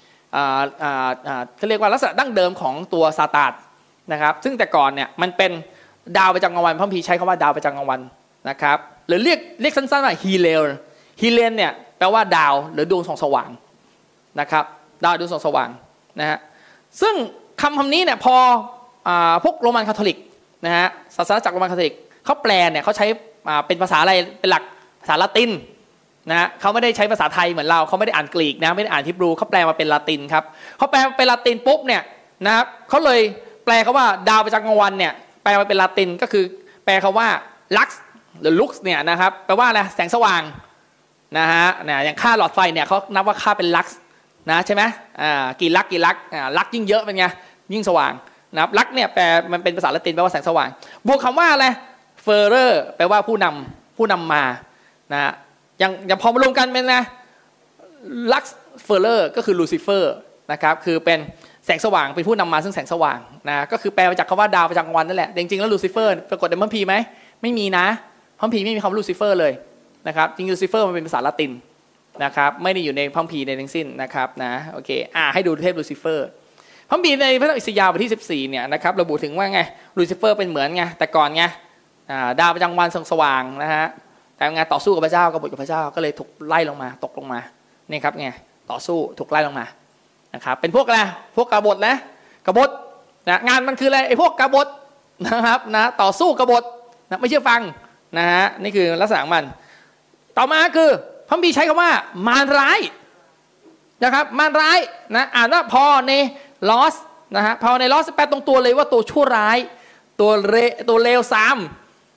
เขาเรียกว่าลักษณะดั้งเดิมของตัวซาตานนะครับซึ่งแต่ก่อนเนี่ยมันเป็นดาวประจำกลางวันพระคัมภีร์ใช้คำว่าดาวประจำกลางวันนะครับหรือเรียกสั้นๆว่าฮีเลนเนี่ยแปลว่าดาวหรือดวงส่องสว่างนะครับดาวดวงส่องสว่างนะฮะซึ่งคำนี้เนี่ยพอพวกโรมันคาทอลิกนะฮะศาสนาจักรโรมันคาทอลิกเขาแปลเนี่ยเขาใช้เป็นภาษาอะไรเป็นหลักภาษาละตินนะเขาไม่ได้ใช้ภาษาไทยเหมือนเราเขาไม่ได้อ่านกรีกนะไม่ได้อ่านฮิบรูเขาแปลมาเป็นละตินครับเขาแปลเป็นละตินปุ๊บเนี่ยนะครับเขาเลยแปลคำว่าดาวประจำกลางวันเนี่ยแปลมาเป็นละตินก็คือแปลคำว่าลักซ์หรือลุกซ์เนี่ยนะครับแปลว่าอะไรแสงสว่างนะฮะอย่างค่าหลอดไฟเนี่ยเขานับว่าค่าเป็นลักซ์นะใช่ไหมกี่ลักลักยิ่งเยอะเป็นไงยิ่งสว่างนะครับลักเนี่ยแปลมันเป็นภาษาละตินแปลว่าแสงสว่างบวกคำว่าอะไรเฟอร์เรอร์แปลว่าผู้นำมานะอย่างพอมารวมกันเป็นนะลักซ์เฟอร์เรอร์ก็คือลูซิเฟอร์นะครับคือเป็นแสงสว่างเป็นผู้นำมาซึ่งแสงสว่างนะก็คือแปลมาจากคำว่าดาวประจำกลางวันนั่นแหละจริงๆแล้วลูซิเฟอร์ปรากฏในพระคัมภีร์ไหมไม่มีนะพระคัมภีร์ไม่มีคำว่าลูซิเฟอร์เลยนะครับจริงลูซิเฟอร์มันเป็นภาษาละตินนะครับไม่ได้อยู่ในพระคัมภีร์ในทั้งสิ้นนะครับนะโอเคให้ดูเทพลูซิเฟอร์พระคัมภีร์ในพระธรรมอิสยาห์บทที่14เนี่ยนะครับระบุถึงว่าไงลูซิเฟอร์เป็นเหมือนไงแต่ก่อนไงดาวประจำวันส่องสว่างนะฮะแต่งานต่อสู้กับพระเจ้ากบฏกับพระเจ้าก็เลยถูกไล่ลงมาตกลงมานี่ครับไงต่อสู้ถูกไล่ลงมานะครับเป็นพวกอะไรพวกกบฏนะกบฏนะงานมันคืออะไรไอ้พวกกบฏนะครับนะต่อสู้กบฏนะไม่เชื่อฟังนะฮะนี่คือลักษณะของมันต่อมาคือพระคัมภีร์ใช้คำว่ามารร้ายนะครับมารร้ายนะอ่านว่าพอในลอสนะฮะพอในลอสแปลตรงตัวเลยว่าตัวชั่วร้ายตัวเลวซาม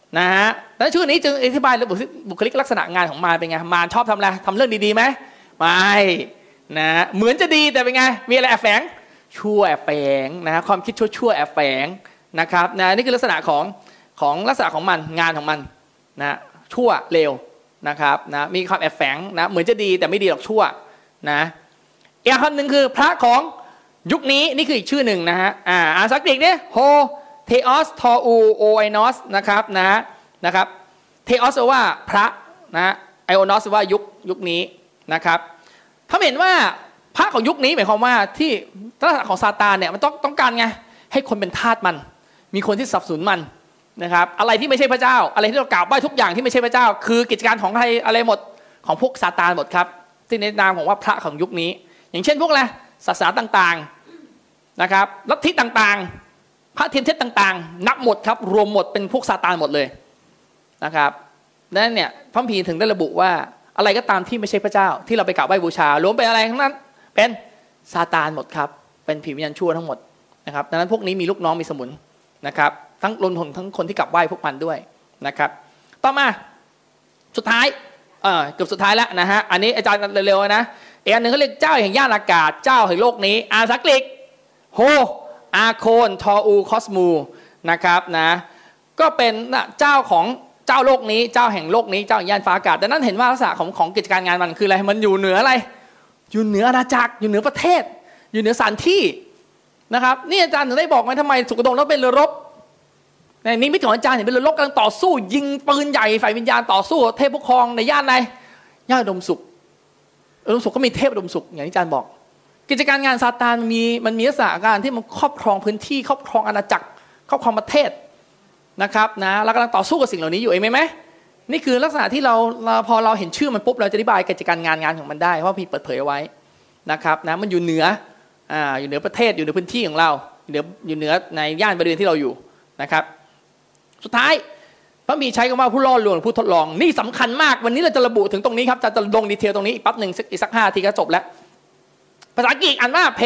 นะฮะแล้วชื่อนี้จึงอธิบายบุคลิกลักษณะงานของมารเป็นไงมารชอบทำอะไรทำเรื่องดีๆไหมไม่นะเหมือนจะดีแต่เป็นไงมีอะไรแอบแฝงชั่วแอบแฝงนะความคิดชั่วแอบแฝงนะครับนะนี่คือลักษณะของลักษณะของมันงานของมันนะชั่วเลวนะครับนะมีความแอบแฝงนะเหมือนจะดีแต่ไม่ดีหรอกชั่วนะอีกคำหนึ่งคือพระของยุคนี้นี่คืออีกชื่อหนึ่งนะฮะอ่านสักนิดเนี่ยโฮเทออสทออูโอไอนอสนะครับนะครับเทออสแปลว่าพระนะไอโอนอสแปลว่ายุคนี้นะครับเขาเห็นว่าพระของยุคนี้หมายความว่าที่ลักษณะของซาตานเนี่ยมันต้องการไงให้คนเป็นทาสมันมีคนที่สนับสนุนมันนะครับอะไรที่ไม่ใช่พระเจ้าอะไรที่เรากล่าวไว้ทุกอย่างที่ไม่ใช่พระเจ้าคือกิจการของใครอะไรหมดของพวกซาตานหมดครับที่ในนามของว่าพระของยุคนี้อย่างเช่นพวกอะไรศาสนาต่างๆนะครับลัทธิต่างๆพระเทียมเทศต่างๆนับหมดครับรวมหมดเป็นพวกซาตานหมดเลยนะครับนั่นเนี่ยพระคัมภีร์ถึงได้ระบุว่าอะไรก็ตามที่ไม่ใช่พระเจ้าที่เราไปกราบไหว้บูชารวมเป็นอะไรทั้งนั้นเป็นซาตานหมดครับเป็นผีวิญญาณชั่วทั้งหมดนะครับดังนั้นพวกนี้มีลูกน้องมีสมุนนะครับทั้งรวมถึงทั้งคนที่กราบไหว้พวกมันด้วยนะครับต่อมาสุดท้ายเกือบสุดท้ายแล้วนะฮะอันนี้อาจารย์เร็วๆนะอีกอันหนึ่งเขาเรียกเจ้าแห่งย่านอากาศเจ้าแห่งโลกนี้อาสักลิกโฮอาโคนทออูคอสมูนะครับนะก็เป็นเจ้าของเจ้าโลกนี้เจ้าแห่งโลกนี้เจ้าแห่งย่านฟ้าอากาศดังนั้นเห็นว่าลักษณะของกิจการงานมันคืออะไรมันอยู่เหนืออะไรอยู่เหนืออาณาจักรอยู่เหนือประเทศอยู่เหนือสถานที่นะครับนี่อาจารย์ถึงได้บอกไว้ทำไมสุกโดงแล้วเป็นเรือรบในนี้มิตรของอาจารย์เห็นเป็นเรือรบกำลังต่อสู้ยิงปืนใหญ่ฝ่ายวิญญาณต่อสู้เทพปกครองในย่านไหนย่านอุดมสุขอุดมสุขก็มีเทพอุดมสุขอย่างที่อาจารย์บอกกิจการงานซาตานมันมีลักษณะการที่มันครอบครองพื้นที่ครอบครองอาณาจักรครอบครองประเทศนะครับนะเรากำลังต่อสู้กับสิ่งเหล่านี้อยู่เองไหมนี่คือลักษณะที่เราพอเราเห็นชื่อมันปุ๊บเราจะอธิบายกิจการงานของมันได้เพราะพี่เปิดเผยเอาไว้นะครับนะมันอยู่เหนืออยู่เหนือประเทศอยู่เหนือพื้นที่ของเราอยู่เหนือในย่านบริเวณที่เราอยู่นะครับสุดท้ายพระมีใช้คำว่าผู้ล่อลวงผู้ทดลองนี่สำคัญมากวันนี้เราจะระบุถึงตรงนี้ครับจะลงดีเทลตรงนี้อีกแป๊บหนึ่งอีกสัก5 ทีก็จบแล้วภาษาอังกฤษอ่านว่าเพ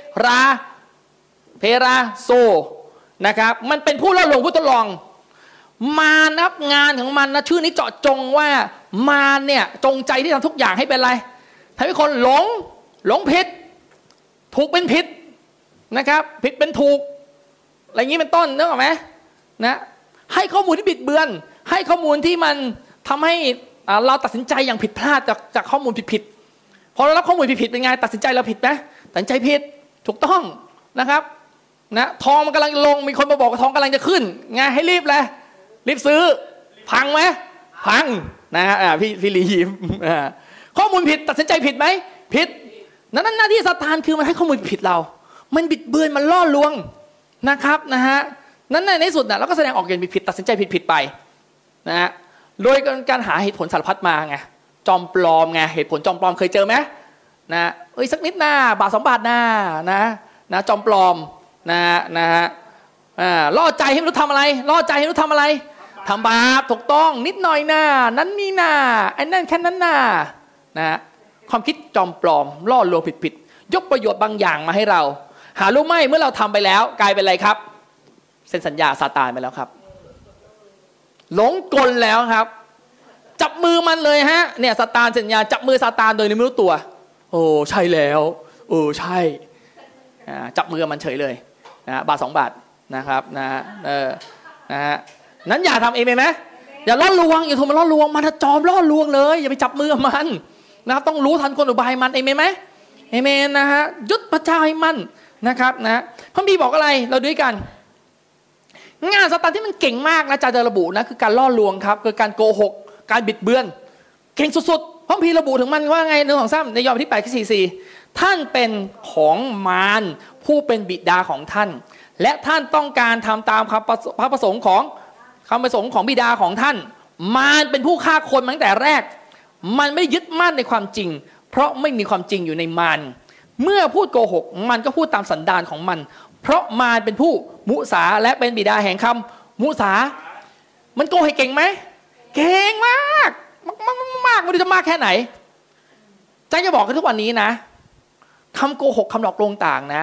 ราโซนะครับมันเป็นผู้ล่อลวงผู้ทดลองมานับงานของมันนะชื่อนี้เจาะจงว่ามาเนี่ยจงใจที่ทำทุกอย่างให้เป็นอะไรทำให้คนหลงผิดถูกเป็นผิดนะครับผิดเป็นถูกอะไรอย่างนี้เป็นต้นนึกออกไหมนะให้ข้อมูลที่บิดเบือนให้ข้อมูลที่มันทำให้เราตัดสินใจอย่างผิดพลาดจากข้อมูลผิดพอเรารับข้อมูลผิดเป็นไงตัดสินใจเราผิดไหมตัดสินใจผิดถูกต้องนะครับนะทองมันกำลังลงมีคนมาบอกว่าทองกำลังจะขึ้นไงให้รีบเลยรีบซื้อพังไหมพังนะฮะพี่ลียิ้มข้อมูลผิดตัดสินใจผิดไหมผิดนั่นหน้าที่ซาตานคือมันให้ข้อมูลผิดเรามันบิดเบือนมันล่อลวงนะครับนะฮะนั้นในที่สุดนะเราก็แสดงออกอย่างผิดตัดสินใจผิดไปนะฮะโดยการหาเหตุผลสารพัดมาไงจอมปลอมไงเหตุผลจอมปลอมเคยเจอไหมนะสักนิดหน้าบาท2 บาทหน้านะจอมปลอมนะฮะล่อใจให้รู้ทำอะไรล่อใจให้รู้ทำอะไรทำบาปถูกต้องนิดหน่อยหน้านั้นนี่หน้าไอ้นั่นแค่นั้นหน้านะความคิดจอมปลอมล่อลวงผิดยกประโยชน์บางอย่างมาให้เราหารู้ไหมเมื่อเราทำไปแล้วกลายเป็นอะไรครับเซ็นสัญญาซาตานไปแล้วครับหลงกลแล้วครับจับมือมันเลยฮะเนี่ยซาตานสัญญาจับมือซาตานโดยไม่รู้ตัวโอ้ใช่แล้วใช่จับมือมันเฉยเลยนะบาท2 บาทนะครับนะฮะนั้นอย่าทำเองไหมอย่าล่อลวงอย่าถูกมันล่อลวงมันจอมล่อลวงเลยอย่าไปจับมือมันนะครับต้องรู้ทันกลอุบายมันเองไหมเอเมนนะฮะยึดพระเจ้าให้มันนะครับนะพระบีบอกอะไรเราด้วยกันงานซาตานที่มันเก่งมากนะอาจารย์จะระบุนะคือการล่อลวงครับคือการโกหกการบิดเบือนเก่งสุดๆพระพีระบุถึงมันว่าไง1 2 3ในยอห์นที่8 ข้อ 44ท่านเป็นของมารผู้เป็นบิดาของท่านและท่านต้องการทำตามพระประสงค์ของบิดาของท่านมารเป็นผู้ฆ่าคนมาตั้งแต่แรกมันไม่ยึดมั่นในความจริงเพราะไม่มีความจริงอยู่ในมารเมื่อพูดโกหกมันก็พูดตามสันดานของมันเพราะมารเป็นผู้มุสาและเป็นบิดาแห่งคำมุสามันโกหกเก่งไหมเก่งมากไม่รู้จะมากแค่ไหนใจจะบอกกันทุกวันนี้นะคำโกหกคำหลอกลวงต่างนะ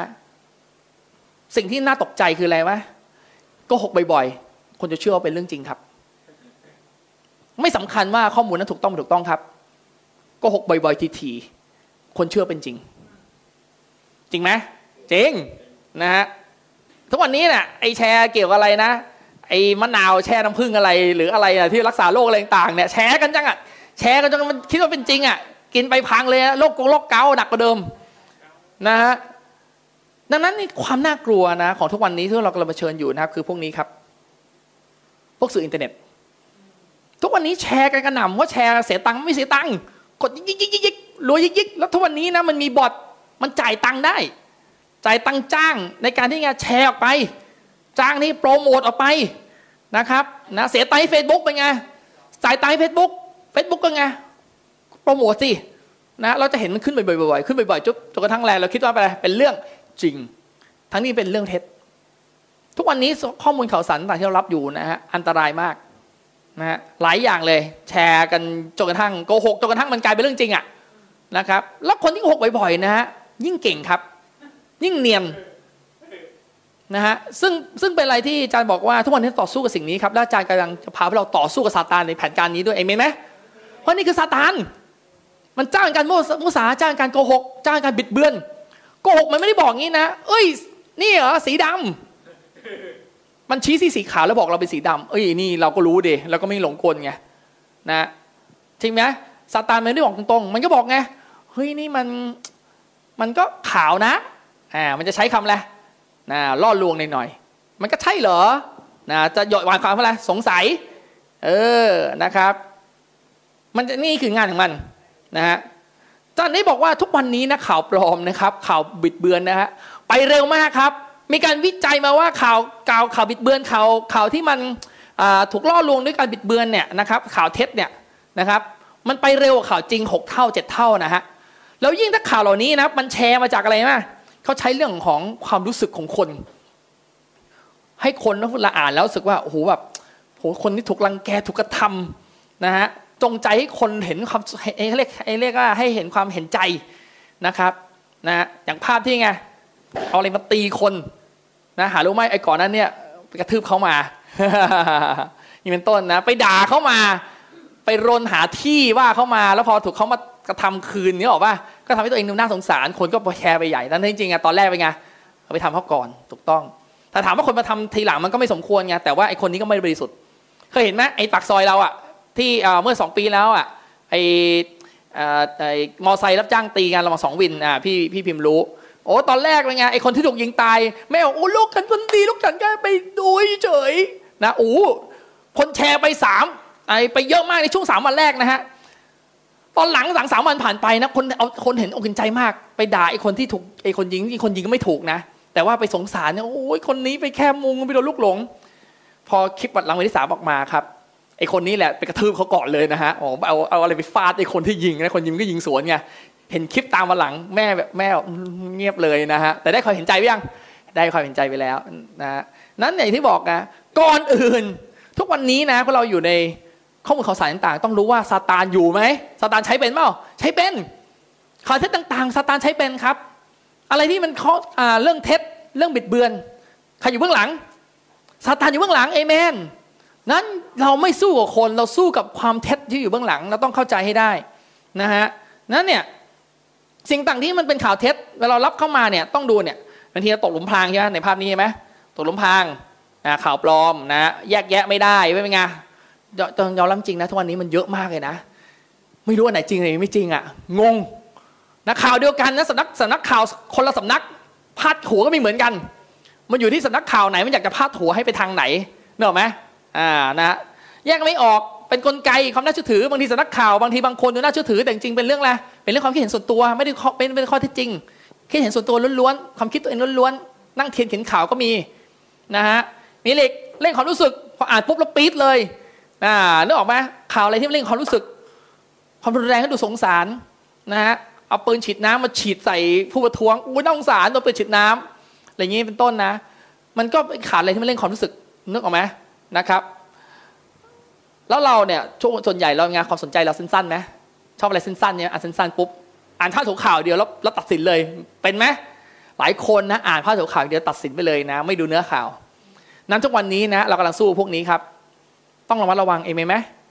สิ่งที่น่าตกใจคืออะไรวะโกหกบ่อยๆคนจะเชื่อว่าเป็นเรื่องจริงครับไม่สำคัญว่าข้อมูลนั้นถูกต้องไม่ถูกต้องครับโกหกบ่อยๆทีๆคนเชื่อเป็นจริงจริงไหมจริงนะฮะทุกวันนี้เนี่ยไอแชร์เกี่ยวกับอะไรนะไอมะนาวแช่น้ำผึ้งอะไรหรืออะไรที่รักษาโรคอะไรต่างๆเนี่ยแชร์กันจังอ่ะแชร์กันจนมันคิดว่าเป็นจริงอ่ะกินไปพังเลยโรคเกาต์หนักกว่าเดิมนะฮะดังนั้นนี่ความน่ากลัวนะของทุกวันนี้ที่เรากำลังเผชิญอยู่นะครับคือพวกนี้ครับพวกสื่ออินเทอร์เน็ตทุกวันนี้แชร์กันกระหน่ำว่าแชร์เสียตังค์ไม่เสียตังค์กดยิกรวยยิกแล้วทุกวันนี้นะมันมีบอทมันจ่ายตังค์ได้จ่ายตังค์จ้างในการที่จะแชร์ออกไปจ้างนี่โปรโมทออกไปนะครับนะเสียตังค์ให้ Facebook เป็นไงจ่ายตังค์ให้ Facebook ก็ไงโปรโมทสินะเราจะเห็นมันขึ้นบ่อยๆขึ้นบ่อยๆจนกระทั่งแลเราคิดว่าเป็นเรื่องจริงทั้งนี้เป็นเรื่องเท็จทุกวันนี้ข้อมูลข่าวสารต่างที่เรารับอยู่นะฮะอันตรายมากนะฮะหลายอย่างเลยแชร์กันจนกระทั่งโกหกจนกระทั่งมันกลายเป็นเรื่องจริงอ่ะนะครับแล้วคนที่โกหกบ่อยๆนะฮะยิ่งเก่งครับยิ่งเนียนนะฮะซึ่งเป็นอะไรที่อาจารย์บอกว่าทุกวันนี้ต่อสู้กับสิ่งนี้ครับและอาจารย์กำลังจะพาเราต่อสู้กับซาตานในแผนการนี้ด้วยเอเมนไหมเพราะนี่คือซาตานมันจ้างการมุสาจ้างการโกหกจ้างการบิดเบือนโกหกมันไม่ได้บอกงี้นะเอ้ยนี่เหรอสีดำมันชี้สีขาวแล้วบอกเราเป็นสีดำเอ้ยนี่เราก็รู้ดิเราก็ไม่หลงกลไงนะจริงไหมซาตานมันไม่ได้บอกตรงๆมันก็บอกไงเฮ้ยนี่มันก็ขาวนะมันจะใช้คำอะไรนะล่อลวงหน่อยๆมันก็ใช่เหรอนะจะหยอดวางความอะไรสงสัยนะครับมันนี่คืองานของมันนะฮะตอนนี้บอกว่าทุกวันนี้นะข่าวปลอมนะครับข่าวบิดเบือนนะฮะไปเร็วมากครับมีการวิจัยมาว่าข่าวบิดเบือนข่าวที่มันถูกล่อลวงด้วยการบิดเบือนเนี่ยนะครับข่าวเท็จเนี่ยนะครับมันไปเร็วกว่าข่าวจริง6 เท่า 7 เท่านะฮะแล้วยิ่งถ้าข่าวเหล่านี้นะมันแชร์มาจากอะไรนะเขาใช้เรื่องของความรู้สึกของคนให้คนละอ่านแล้วรู้สึกว่าโอ้โหแบบโหคนที่ถูกรังแกถูกกระทำนะฮะจงใจให้คนเห็นความเรียกว่าให้เห็นความเห็นใจนะครับนะอย่างภาพที่ไงเอาอะไรมาตีคนนะหารู้ไหมไอ้ก่อนนั้นเนี่ยไปกระทืบเขามา นี่เป็นต้นนะไปด่าเขามาไปรนหาที่ว่าเขามาแล้วพอถูกเขามากระทำคืนนี่หรอป่ะก็ทำให้ตัวเองดูน่าสงสารคนก็แชร์ไปใหญ่แต่จริงๆตอนแรกเป็นไงเอาไปทำเขาก่อนถูกต้องถ้าถามว่าคนมาทำทีหลังมันก็ไม่สมควรไงแต่ว่าไอ้คนนี้ก็ไม่บริสุทธิ์เคยเห็นไหมไอ้ปากซอยเราอ่ะที่เมื่อ2 ปีแล้วอ่ะไอ้มอไซค์รับจ้างตีกันระหว่าง2 วินพี่พิมพ์รู้โอ้ตอนแรกเป็นไงไอ้คนที่ถูกยิงตายแม่โอ้ลูกกันคนดีลูกฉันแค่ไปดูเฉยนะโอ้คนแชร์ไปไปเยอะมากในช่วง3 วันแรกนะฮะตอนหลัง3 วันผ่านไปนะคนเห็นอกเห็นใจมากไปด่าไอ้คนที่ถูกไอ้คนยิงก็ไม่ถูกนะแต่ว่าไปสงสารเนี่ยโอ้ยคนนี้ไปแค่มุงไปโดนลูกหลงพอคลิปหลังวันที่3ออกมาครับไอ้คนนี้แหละไปกระทืบเขาก่อนเลยนะฮะเอาอะไรไปฟาดไอ้คนที่ยิงนะคนยิงก็ยิงสวนไงเห็นคลิปตามมาหลังแม่เงียบเลยนะฮะแต่ได้ความเห็นใจไปยังได้ความเห็นใจไปแล้วนะนั้นอย่างที่บอกนะก่อนอื่นทุกวันนี้นะพวกเราอยู่ในข้อมูลข่าวสารต่างๆต้องรู้ว่าซาตานอยู่ไหมซาตานใช้เป็นเปล่าใช้เป็นข่าวเท็จต่างๆซาตานใช้เป็นครับอะไรที่มันเรื่องเท็จเรื่องบิดเบือนใครอยู่เบื้องหลังซาตานอยู่เบื้องหลังเอเมนนั้นเราไม่สู้กับคนเราสู้กับความเท็จที่อยู่เบื้องหลังเราต้องเข้าใจให้ได้นะฮะนั้นเนี่ยสิ่งต่างที่มันเป็นข่าวเท็จเวลาเรารับเข้ามาเนี่ยต้องดูเนี่ยบางทีเราตกหลุมพรางใช่ไหมในภาพนี้ใช่ไหมตกหลุมพรางข่าวปลอมนะแยกแยะไม่ได้ไม่เป็นไงต้องยอมรับจริงนะทุกวันนี้มันเยอะมากเลยนะไม่รู้อันไหนจริงอันไหนไม่จริงอ่ะงงนะข่าวเดียวกันนะสำนักข่าวคนละสำนักพาดหัวก็ไม่เหมือนกันมันอยู่ที่สำนักข่าวไหนมันอยากจะพาดหัวให้ไปทางไหนเนอะไหมนะแยกไม่ออกเป็นกลไกความน่าเชื่อถือบางทีสำนักข่าวบางทีบางคนดูน่าเชื่อถือแต่จริงเป็นเรื่องอะไรเป็นเรื่องความคิดเห็นส่วนตัวไม่ได้เป็นข้อเท็จจริงคิดเห็นส่วนตัวล้วนๆความคิดตัวเองล้วนๆนั่งเขียนข่าวก็มีนะฮะมีเล่นความรู้สึกพออ่านปุ๊บแล้วปี๊ดเลยนึกออกไหมข่าวอะไรที่เล่นความรู้สึกความรุนแรงให้ดูสงสารนะฮะเอาปืนฉีดน้ำมาฉีดใส่ผู้ประท้วงอุ้ยน่าสงสารโดนปืนฉีดน้ำอะไรอย่างนี้เป็นต้นนะมันก็ขาดอะไรที่มันเล่นความรู้สึกนึกออกไหมนะครับแล้วเราเนี่ยช่วงส่วนใหญ่เรางานความสนใจเราสั้นๆไหมชอบอะไรสั้นๆเนี่ยอ่านสั้นๆปุ๊บอ่านพาดหัวข่าวเดียวแล้วตัดสินเลยเป็นไหมหลายคนนะอ่านพาดหัวข่าวเดียวตัดสินไปเลยนะไม่ดูเนื้อข่าวนั้นทุกวันนี้นะเรากำลังสู้พวกนี้ครับต้องระมัดระวังเองไหม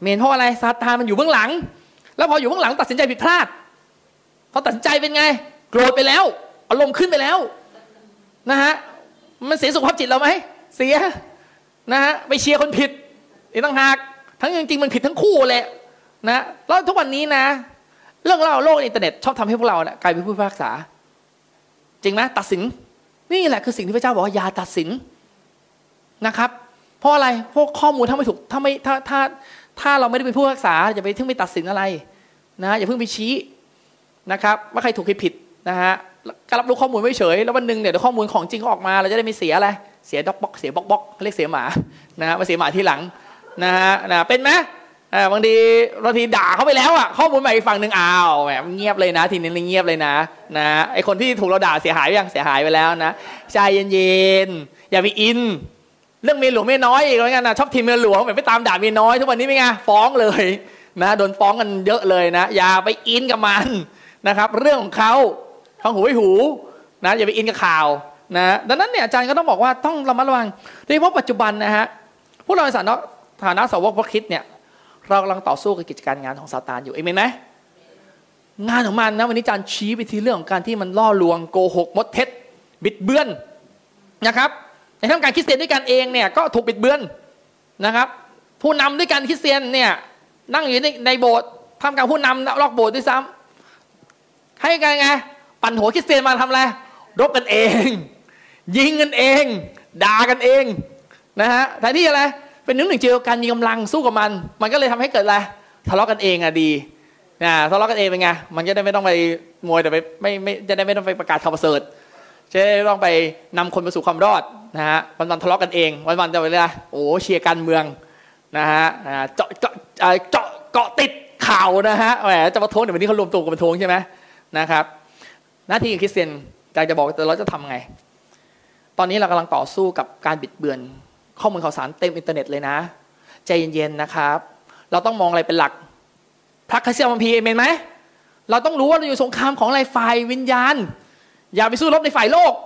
เมนเพราะอะไรซาตานมันอยู่เบื้องหลังแล้วพออยู่เบื้องหลังตัดสินใจผิดพลาดพอตัดสินใจเป็นไงโกรธไปแล้วอารมณ์ขึ้นไปแล้วนะฮะมันเสียสุขภาพจิตเราไหมเสียนะฮะไปเชียร์คนผิดอีกต่างหากทั้งจริงๆมันผิดทั้งคู่แหละนะแล้วทุกวันนี้นะเรื่องเล่าโลกอินเทอร์เน็ตชอบทำให้พวกเราเนี่ยกลายเป็นผู้พิพากษาจริงไหมตัดสินนี่แหละคือสิ่งที่พระเจ้าบอกว่าอย่าตัดสินนะครับเพราะอะไรพวกข้อมูลถ้าไม่ถูกถ้าเราไม่ได้เป็นผู้พิพากษาอย่าไปถึงไปตัดสินอะไรนะอย่าเพิ่งไปชี้นะครับว่าใครถูกใครผิดนะฮะก็รับรู้ข้อมูลไว้เฉยแล้ววันนึงเนี่ยเดี๋ยวข้อมูลของจริงออกมาเราจะได้ไม่เสียอะไรเสียด็อกบ็อกเสียบ็อกบ็อกเรียกเสียหมานะฮะมาเสียหมาทีหลังนะฮะเป็นไหมบางทีด่าเขาไปแล้วอ่ะข้อมูลใหม่อีกฝั่งหนึ่งอ้าวแหมเงียบเลยนะทีนี้เงียบเลยนะไอคนที่ถูกเราด่าเสียหายยังเสียหายไปแล้วนะใจเย็นๆอย่าไปอินเรื่องเมียหลวงเมียน้อยอีกเหมือนกันนะชอบทีมเมียหลวงแบบไปตามด่าเมียน้อยทุกวันนี้เป็นไงฟ้องเลยนะโดนฟ้องกันเยอะเลยนะอย่าไปอินกับมันนะครับเรื่องของเขาฟังหูไว้หูนะอย่าไปอินกับข่าวนะดังนั้นเนี่ยอาจารย์ก็ต้องบอกว่าต้องระมัดระวังโดยเฉพาะปัจจุบันนะฮะพวกเราในฐานะสาวกพระคริสต์เนี่ยเรากำลังต่อสู้กับกิจการงานของซาตานอยู่เองไหมงานของมันนะวันนี้อาจารย์ชี้ไปที่เรื่องของการที่มันล่อลวงโกหกมดเท็จบิดเบือนนะครับในทางการคริสเตียนด้วยกันเองเนี่ยก็ถูกบิดเบือนนะครับผู้นำด้วยกันคริสเตียนเนี่ยนั่งอยู่ในโบสถ์ทำการผู้นำรอบโบสถ์ด้วยซ้ำให้กันไงปั่นหัวคริสเตียนมาทำอะไรรบกันเองยิงกันเองด่ากันเองนะฮะแทนที่อะไรเป็นหนึ่งเดียวกันมีกำลังสู้กับมันก็เลยทำให้เกิดอะไรทะเลาะกันเองอะดีทะเลาะกันเองเป็นไงมันจะได้ไม่ต้องไปมวยแต่ไปไม่จะได้ไม่ต้องไปประกาศข่าวประเสริฐจะได้ต้องไปนำคนมาสู่ความรอดนะฮะวันทะเลาะกันเองวันจะไปเลยโอ้เชียร์การเมืองนะฮะเกาะติดข่าวนะฮะแหมจะมาทวงเดี๋ยววันนี้เขารวมตัวกันมาทวงใช่ไหมนะครับหน้าที่ของคริสเตียนจะบอกเราจะทำไงตอนนี้เรากำลังต่อสู้กับการบิดเบือนข้อมูลข่าวสารเต็มอินเทอร์เน็ตเลยนะใจเย็นๆนะครับเราต้องมองอะไรเป็นหลักพระคริสต์คัมภีร์เอเมนไหมเราต้องรู้ว่าเราอยู่สงครามของอะไรฝ่ายวิญญาณอย่าไปสู้รบในฝ่ายโลก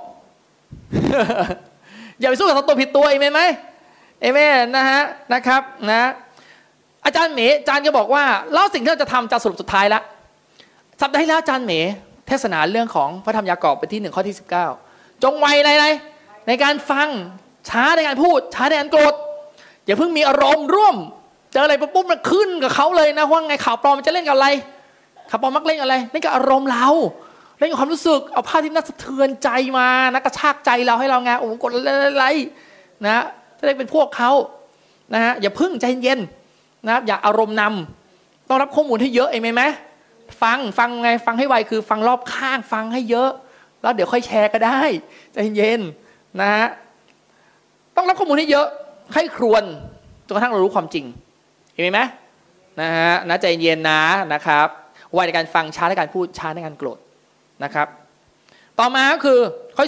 อย่าไปสู้กับตัวผิดตัวเอเมนไหมเอเมนนะฮะนะครับนะอาจารย์เมย์อาจารย์ก็บอกว่าแล้วสิ่งที่เราจะทำจะสรุปสุดท้ายละสัปดาห์ที่แล้วอาจารย์เมย์เทศนาเรื่องของพระธรรมยากอบไปที่1 ข้อที่19จงไวอะไรในการฟังช้าในการพูดช้าในการโกรธอย่าเพิ่งมีอารมณ์ร่วมเจออะไรปุ๊บมันขึ้นกับเขาเลยนะว่าไงข่าวปลอมมันจะเล่นกับอะไรข่าวปลอมมักเล่นอะไรเล่นกับอารมณ์เราเล่นกับความรู้สึกเอาภาพที่น่าสะเทือนใจมานะกระชากใจเราให้เราไงโอ้กดอะไรนะจะได้เป็นพวกเขานะฮะอย่าเพิ่งใจเย็นนะอย่าอารมณ์นำต้องรับข้อมูลให้เยอะเองไหมฟังไงฟังให้ไวคือฟังรอบข้างฟังให้เยอะแล้วเดี๋ยวค่อยแชร์ก็ได้ใจเย็นนะฮะต้องรับข้อมูลให้เยอะให้ครวญจนกระทั่งเรารู้ความจริงเห็นไหมนะฮะนะใจเย็นนะครับไวในการฟังช้าในการพูดช้าในการโกรธนะครับต่อมาก็คือข้อ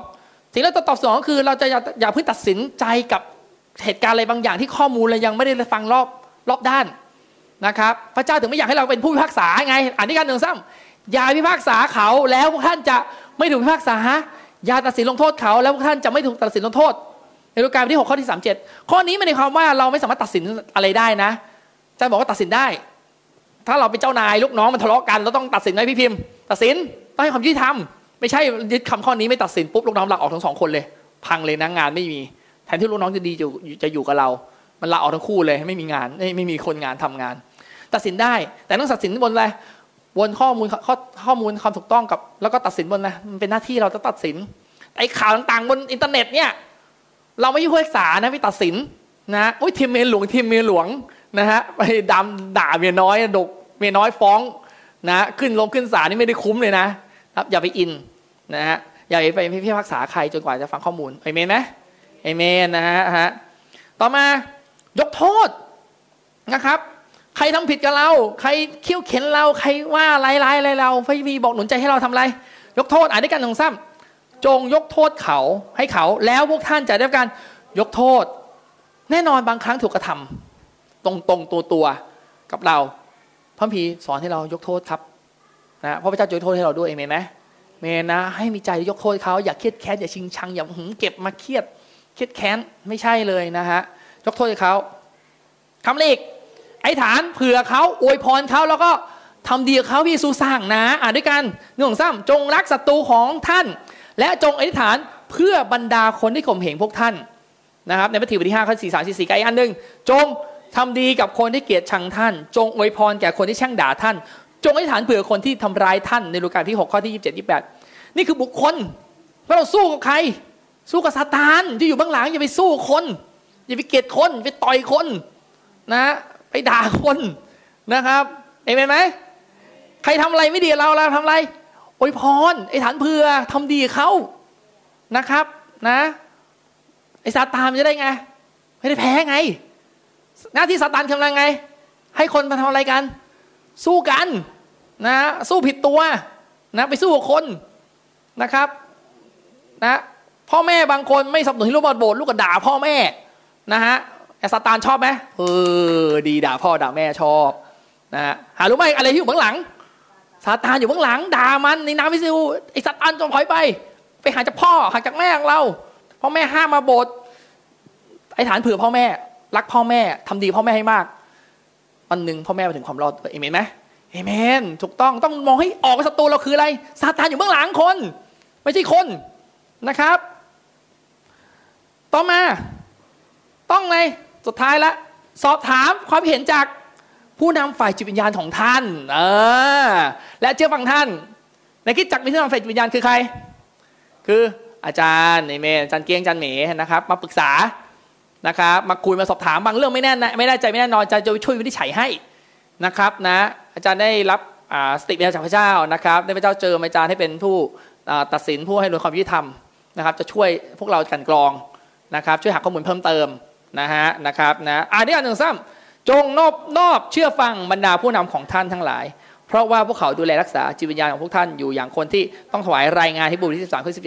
2สิ่งที่เราตอบสนองคือเราจะอย่าเพิ่งตัดสินใจกับเหตุการณ์อะไรบางอย่างที่ข้อมูลเรายังไม่ได้ฟังรอบด้านนะครับพระเจ้าถึงไม่อยากให้เราเป็นผู้พิพากษาไงอ่านที่การ1 3อย่าพิพากษาเขาแล้วพวกท่านจะไม่ถูกพิพากษาอย่าตัดสินลงโทษเขาแล้วพวกท่านจะไม่ถูกตัดสินลงโทษในรูปการที่6 ข้อที่37ข้อนี้ไม่ได้ความว่าเราไม่สามารถตัดสินอะไรได้นะอาจารย์บอกว่าตัดสินได้ถ้าเราเป็นเจ้านายลูกน้องมันทะเลาะกันเราต้องตัดสินไหมพี่พิมพ์ตัดสินต้องให้ความยุติธรรมไม่ใช่ยึดคำข้อนี้ไม่ตัดสินปุ๊บลูกน้องลาออกทั้ง2 คนเลยพังเลยนะงานไม่มีแทนที่ลูกน้องจะดีจะอยู่กับเรามันลาออกทั้งคู่เลยไม่มีงานไม่มีคนงานทำงานตัดสินได้แต่ต้องตัดสินบนอะไรบนข้อมูลความถูกต้องกับแล้วก็ตัดสินบนอะไรมันเป็นหน้าที่เราจะตัดสินไอ้ข่าวต่างๆบนอินเทอร์เน็ตเนี่ยเราไม่ใช่ผู้พิพากษานะไม่ตัดสินนะโอ้ยทีมเมียหลวงนะฮะไปด่าเมียน้อยดกเมียน้อยฟ้องนะขึ้นศาลนี่ไม่ได้คุ้มเลยนะครับอย่าไปอินนะฮะอย่าไปพิพากษาใครจนกว่าจะฟังข้อมูลเอเมนไหมเอเมนนะฮะต่อมายกโทษนะครับใครทำผิดกับเราใครเคี่ยวเข็นเราใครว่าร้ายอะไรเราพระบีบอกหนุนใจให้เราทำอะไรยกโทษอ่านด้วยกัน1 3จงยกโทษเขาให้เขาแล้วพวกท่านจะได้รับการยกโทษแน่นอนบางครั้งถูกกระทำตรงตัวกับเราพระบีสอนให้เรายกโทษครับนะเพราะพระเจ้ายกโทษให้เราด้วยเอเมนไหมเมนนะให้มีใจยกโทษเขาอย่าเครียดแค้นอย่าชิงชังอย่าเก็บมาเครียดแค้นไม่ใช่เลยนะฮะยกโทษให้เขาคำเลขอธิษฐานเผื่อเขาอวยพรเขาแล้วก็ทำดีกับเขาพี่เยซูสั่งนะด้วยกัน1-3จงรักศัตรูของท่านและจงอธิษฐานเพื่อบรรดาคนที่ข่มเหงพวกท่านนะครับในมัทธิวบทที่5ข้อ4-4กับอีกอันนึงจงทำดีกับคนที่เกลียดชังท่านจงอวยพรแก่คนที่แช่งด่าท่านจงอธิษฐานเผื่อคนที่ทำร้ายท่านในลูกาที่6ข้อที่27-28นี่คือบุคคลว่าเราสู้กับใครสู้กับซาตานที่อยู่เบื้องหลังอย่าไปสู้คนอย่าไปเกลียดคนไปต่อยคนนะไปด่าคนนะครับเห็นไหมใครทำอะไรไม่ดีเราทำอะไรอวยพรไอ้ฐานเผื่อทำดีเขานะครับนะไอ้ซาตานจะได้ไงไม่ได้แพ้ไงหน้าที่ซาตานทำอะไรไงให้คนมาทำอะไรกันสู้กันนะสู้ผิดตัวนะไปสู้กับคนนะครับนะพ่อแม่บางคนไม่สนับสนุนให้ลูกมาโบสถ์ลูกก็ด่าพ่อแม่นะฮะซาตานชอบไหมดีด่าพ่อด่าแม่ชอบนะฮะหารู้ไหมอะไรที่อยู่เบื้องหลังซาตานอยู่เบื้องหลังด่ามันในนามพระเยซูไอ้ซาตานจงถอยไปหาจากพ่อหาจากแม่ของเราพ่อแม่ห้ามมาโบสถ์ไอ้ฐานเผื่อพ่อแม่รักพ่อแม่ทำดีพ่อแม่ให้มากวันหนึ่งพ่อแม่มาถึงความรอดเอเมนไหมเอเมนถูกต้องมองให้ออกว่าศัตรูเราคืออะไรซาตานอยู่เบื้องหลังคนไม่ใช่คนนะครับต่อมาต้องไงสุดท้ายละสอบถามความเห็นจากผู้นำฝ่ายจิตวิญญาณของท่านและเชื่อฟังท่านในคิดจักรผู้นำฝ่ายจิตวิญญาณคือใครคืออาจารย์เอเมนอาจารย์เกียงอาจารย์เหมนะครับมาปรึกษานะครับมาคุยมาสอบถามบางเรื่องไม่แน่ใจไม่แน่นอนอาจารย์จะช่วยวินิจฉัยให้นะครับนะอาจารย์ได้รับสติปัญญาจากพระเจ้านะครับได้พระเจ้าเจิมอาจารย์ให้เป็นผู้ตัดสินผู้ให้หน่วยความยุติธรรมนะครับจะช่วยพวกเรากลั่นกรองนะครับช่วยหาข้อมูลเพิ่มเติมนะครับนะนี่อันหนึ่งซ้ำจงนอบเชื่อฟังบรรดาผู้นำของท่านทั้งหลายเพราะว่าพวกเขาดูแลรักษาจิตวิญญาณของพวกท่านอยู่อย่างคนที่ต้องถวายรายงานที่บุตรที่13ข้อ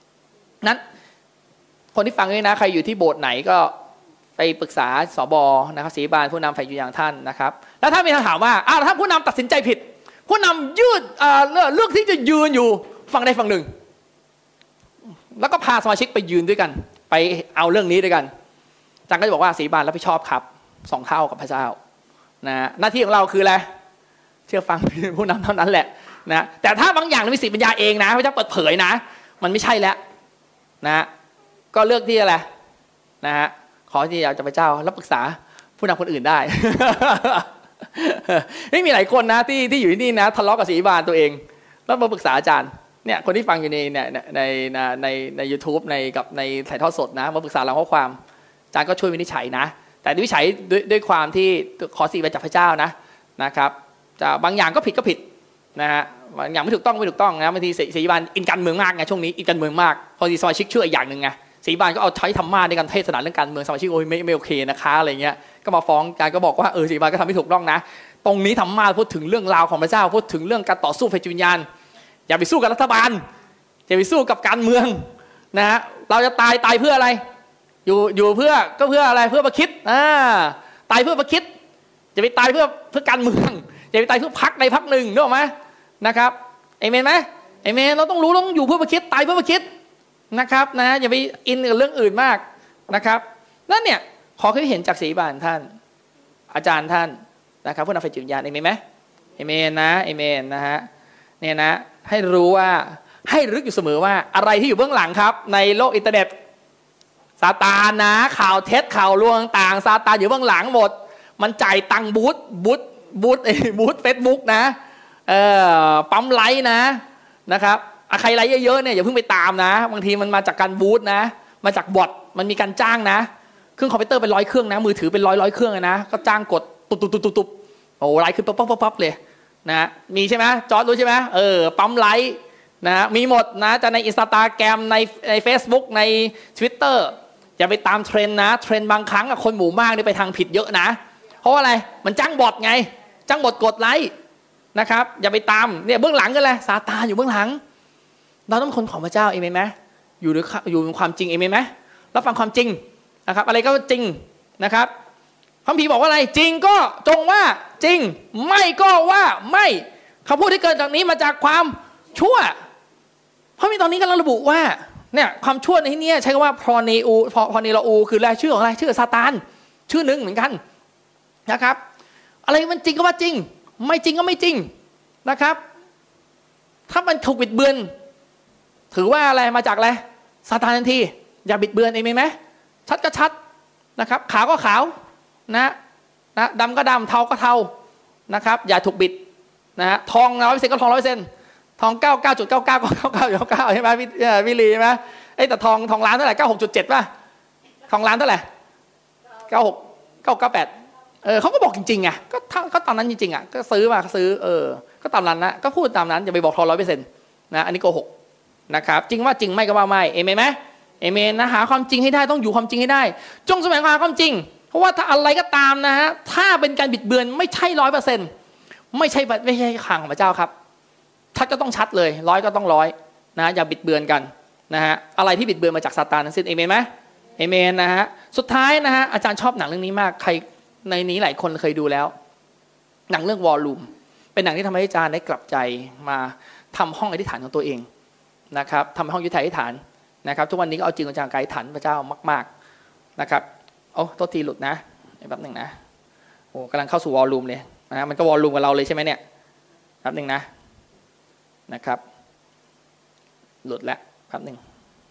17นั้นคนที่ฟังนี่นะใครอยู่ที่โบสถ์ไหนก็ไปปรึกษาสบนะครับศรีบาลผู้นำฝ่ายอยู่อย่างท่านนะครับแล้วถ้ามีคำถามว่าถ้าผู้นำตัดสินใจผิดผู้นำยืดเลือกที่จะยืนอยู่ฝั่งใดฝั่งหนึ่งแล้วก็พาสมาชิกไปยืนด้วยกันไปเอาเรื่องนี้ด้วยกันอาจารย์ก็จะบอกว่าศรีบาลรับผิดชอบครับ2 เท่ากับพระเจ้านะหน้าที่ของเราคืออะไรเชื่อฟังผู้นำเท่านั้นแหละนะแต่ถ้าบางอย่างเรามีสติปัญญาเองนะพระเจ้าเปิดเผยนะมันไม่ใช่แล้วนะก็เลือกที่อะไรนะฮะขอที่อยากจะพระเจ้ารับปรึกษาผู้นำคนอื่นได้ ไม่มีหลายคนนะที่อยู่ที่นี่นะทะเลาะกับศรีบาลตัวเองแล้วมาปรึกษาอาจารย์เนี่ยคนที่ฟังอยู่ใน YouTube ในถ่ายทอดสดนะมาปรึกษาเราข้อความอาจารย์ก็ช่วยวินิจฉัยนะแต่วินิจฉัยด้วยความที่ขอสิทธิ์มาจากพระเจ้านะครับจะบางอย่างก็ผิดนะฮะบางอย่างไม่ถูกต้องนะบางทีศรีบาลอินการเมืองมากไงช่วงนี้อินการเมืองมากพอดีสมาชิกเชื่ออีกอย่างนึงไงศรีบาลก็เอาใช้ธรรมะในการเทศนาเรื่องการเมืองสมาชิกโอ้ยไม่โอเคนะคะอะไรเงี้ยก็มาฟ้องการก็บอกว่าศรีบาลก็ทำไม่ถูกต้องนะตรงนี้ธรรมะพูดถึงเรื่องราวของพระเจ้าพูดถึงเรื่องการต่อสู้ฝ่ายจิตวิญญาณอย่าไปสู้กับรัฐบาลอย่าไปสู้กับการเมืองนะฮะเราจะตายเพื่ออะไรอยู่เพื่ออะไรเพื่อประคิดตายเพื่อประคิดจะไปตายเพื่อการเมืองจะไปตายเพื่อพรรคใดพรรคหนึ่งนึกออกไหมนะครับเอเมนไหมเอเมนเราต้องรู้ต้องอยู่เพื่อประคิดตายเพื่อประคิดนะครับนะอย่าไปอินกับเรื่องอื่นมากนะครับนั่นเนี่ยขอให้เห็นจากศรีบาลท่านอาจารย์ท่านนะครับผู้นำฝ่ายจิตวิญญาณเอเมนไหมเอเมนนะเอเมนนะฮะเนี่ยนะให้รู้ว่าให้รึกอยู่เสมอว่าอะไรที่อยู่เบื้องหลังครับในโลกอินเทอร์เน็ตซาตานนะข่าวเท็จข่าวลวงต่างซาตานอยู่เบื้องหลังหมดมันจ่ายตังค์บูธเฟซบุ๊กนะปั๊มไลค์นะครับใครไลค์เยอะๆเนี่ยอย่าเพิ่งไปตามนะบางทีมันมาจากการบูธนะมาจากบอทมันมีการจ้างนะเครื่องคอมพิวเตอร์เป็น100 เครื่องนะมือถือเป็นร้อยเครื่องนะก็จ้างกดตุบโอ้ไลค์ขึ้นปั๊บเลยนะมีใช่ไหมจอร์จรู้ใช่ไหมปั๊มไลค์นะมีหมดนะจะใน Instagram ใน Facebook ใน Twitter อย่าไปตามเทรนด์นะเทรนด์บางครั้งคนหมู่มากนี่ไปทางผิดเยอะนะเพราะอะไรมันจ้างบอทไงจ้างบอทกดไลค์นะครับอย่าไปตามเนี่ยเบื้องหลังกันเลยซาตานอยู่เบื้องหลังเราต้องเป็นคนของพระเจ้าเอเมนไหมอยู่ในความจริงเอเมนไหมรับฟังความจริงนะครับอะไรก็จริงนะครับพระคัมภีร์บอกว่าอะไรจริงก็จงว่าจริงไม่ก็ว่าไม่คำพูดที่เกิดจากนี้มาจากความชั่วเพราะมีตอนนี้กำลังระบุว่าเนี่ยความชั่วในที่นี้ใช้คำว่าพอเนลอูคืออะไรชื่อของอะไรชื่อซาตานชื่อหนึ่งเหมือนกันนะครับอะไรมันจริงก็ว่าจริงไม่จริงก็ไม่จริงนะครับถ้ามันถูกบิดเบือนถือว่าอะไรมาจากอะไรซาตานทันทีอย่าบิดเบือนเองไหมชัดก็ชัดนะครับขาวก็ขาวนะดำก็ดำเทาก็เทานะครับอย่าถูกบิดนะฮะทอง100%ก็ทอง100%ทอง99.99ก็99.99ใช่ไหมพี่ลีใช่ไหมแต่ทองล้านเท่าไหร่96.7ป่ะทองล้านเท่าไหร่96 98เขาก็บอกจริงๆไงก็ตามนั้นจริงๆอ่ะก็ซื้อก็ตามนั้นนะก็พูดตามนั้นอย่าไปบอกทอง100%นะอันนี้โกหกนะครับจริงว่าจริงไม่ก็ว่าไม่เอเมนไหมเอเมนนะหาความจริงให้ได้ต้องอยู่ความจริงให้ได้จงแสวงหาความจริงเพราะว่าถ้าอะไรก็ตามนะฮะถ้าเป็นการบิดเบือนไม่ใช่100%ไม่ใช่ข่างของพระเจ้าครับชัดก็ต้องชัดเลย100ก็ต้อง100นะอย่าบิดเบือนกันนะฮะอะไรที่บิดเบือนมาจากซาตานทั้งสิ้นเอเมนไหมเอเมนนะฮะสุดท้ายนะฮะอาจารย์ชอบหนังเรื่องนี้มากใครในนี้หลายคนเคยดูแล้วหนังเรื่องวอลลุ่มเป็นหนังที่ทำให้อาจารย์ได้กลับใจมาทำห้องอธิษฐานของตัวเองนะครับทำห้องอธิษฐานนะครับทุกวันนี้ก็เอาจริงเอาจังกับอธิษฐานพระเจ้ามากๆนะครับโอ้โทษทีหลุดนะแป๊บนึงนะโอ้กำลังเข้าสู่วอลลุ่มเลยนะมันก็วอลลุ่มกับเราเลยใช่ไหมเนี่ยแป๊บนึงนะครับหลุดแล้วแป๊บนึง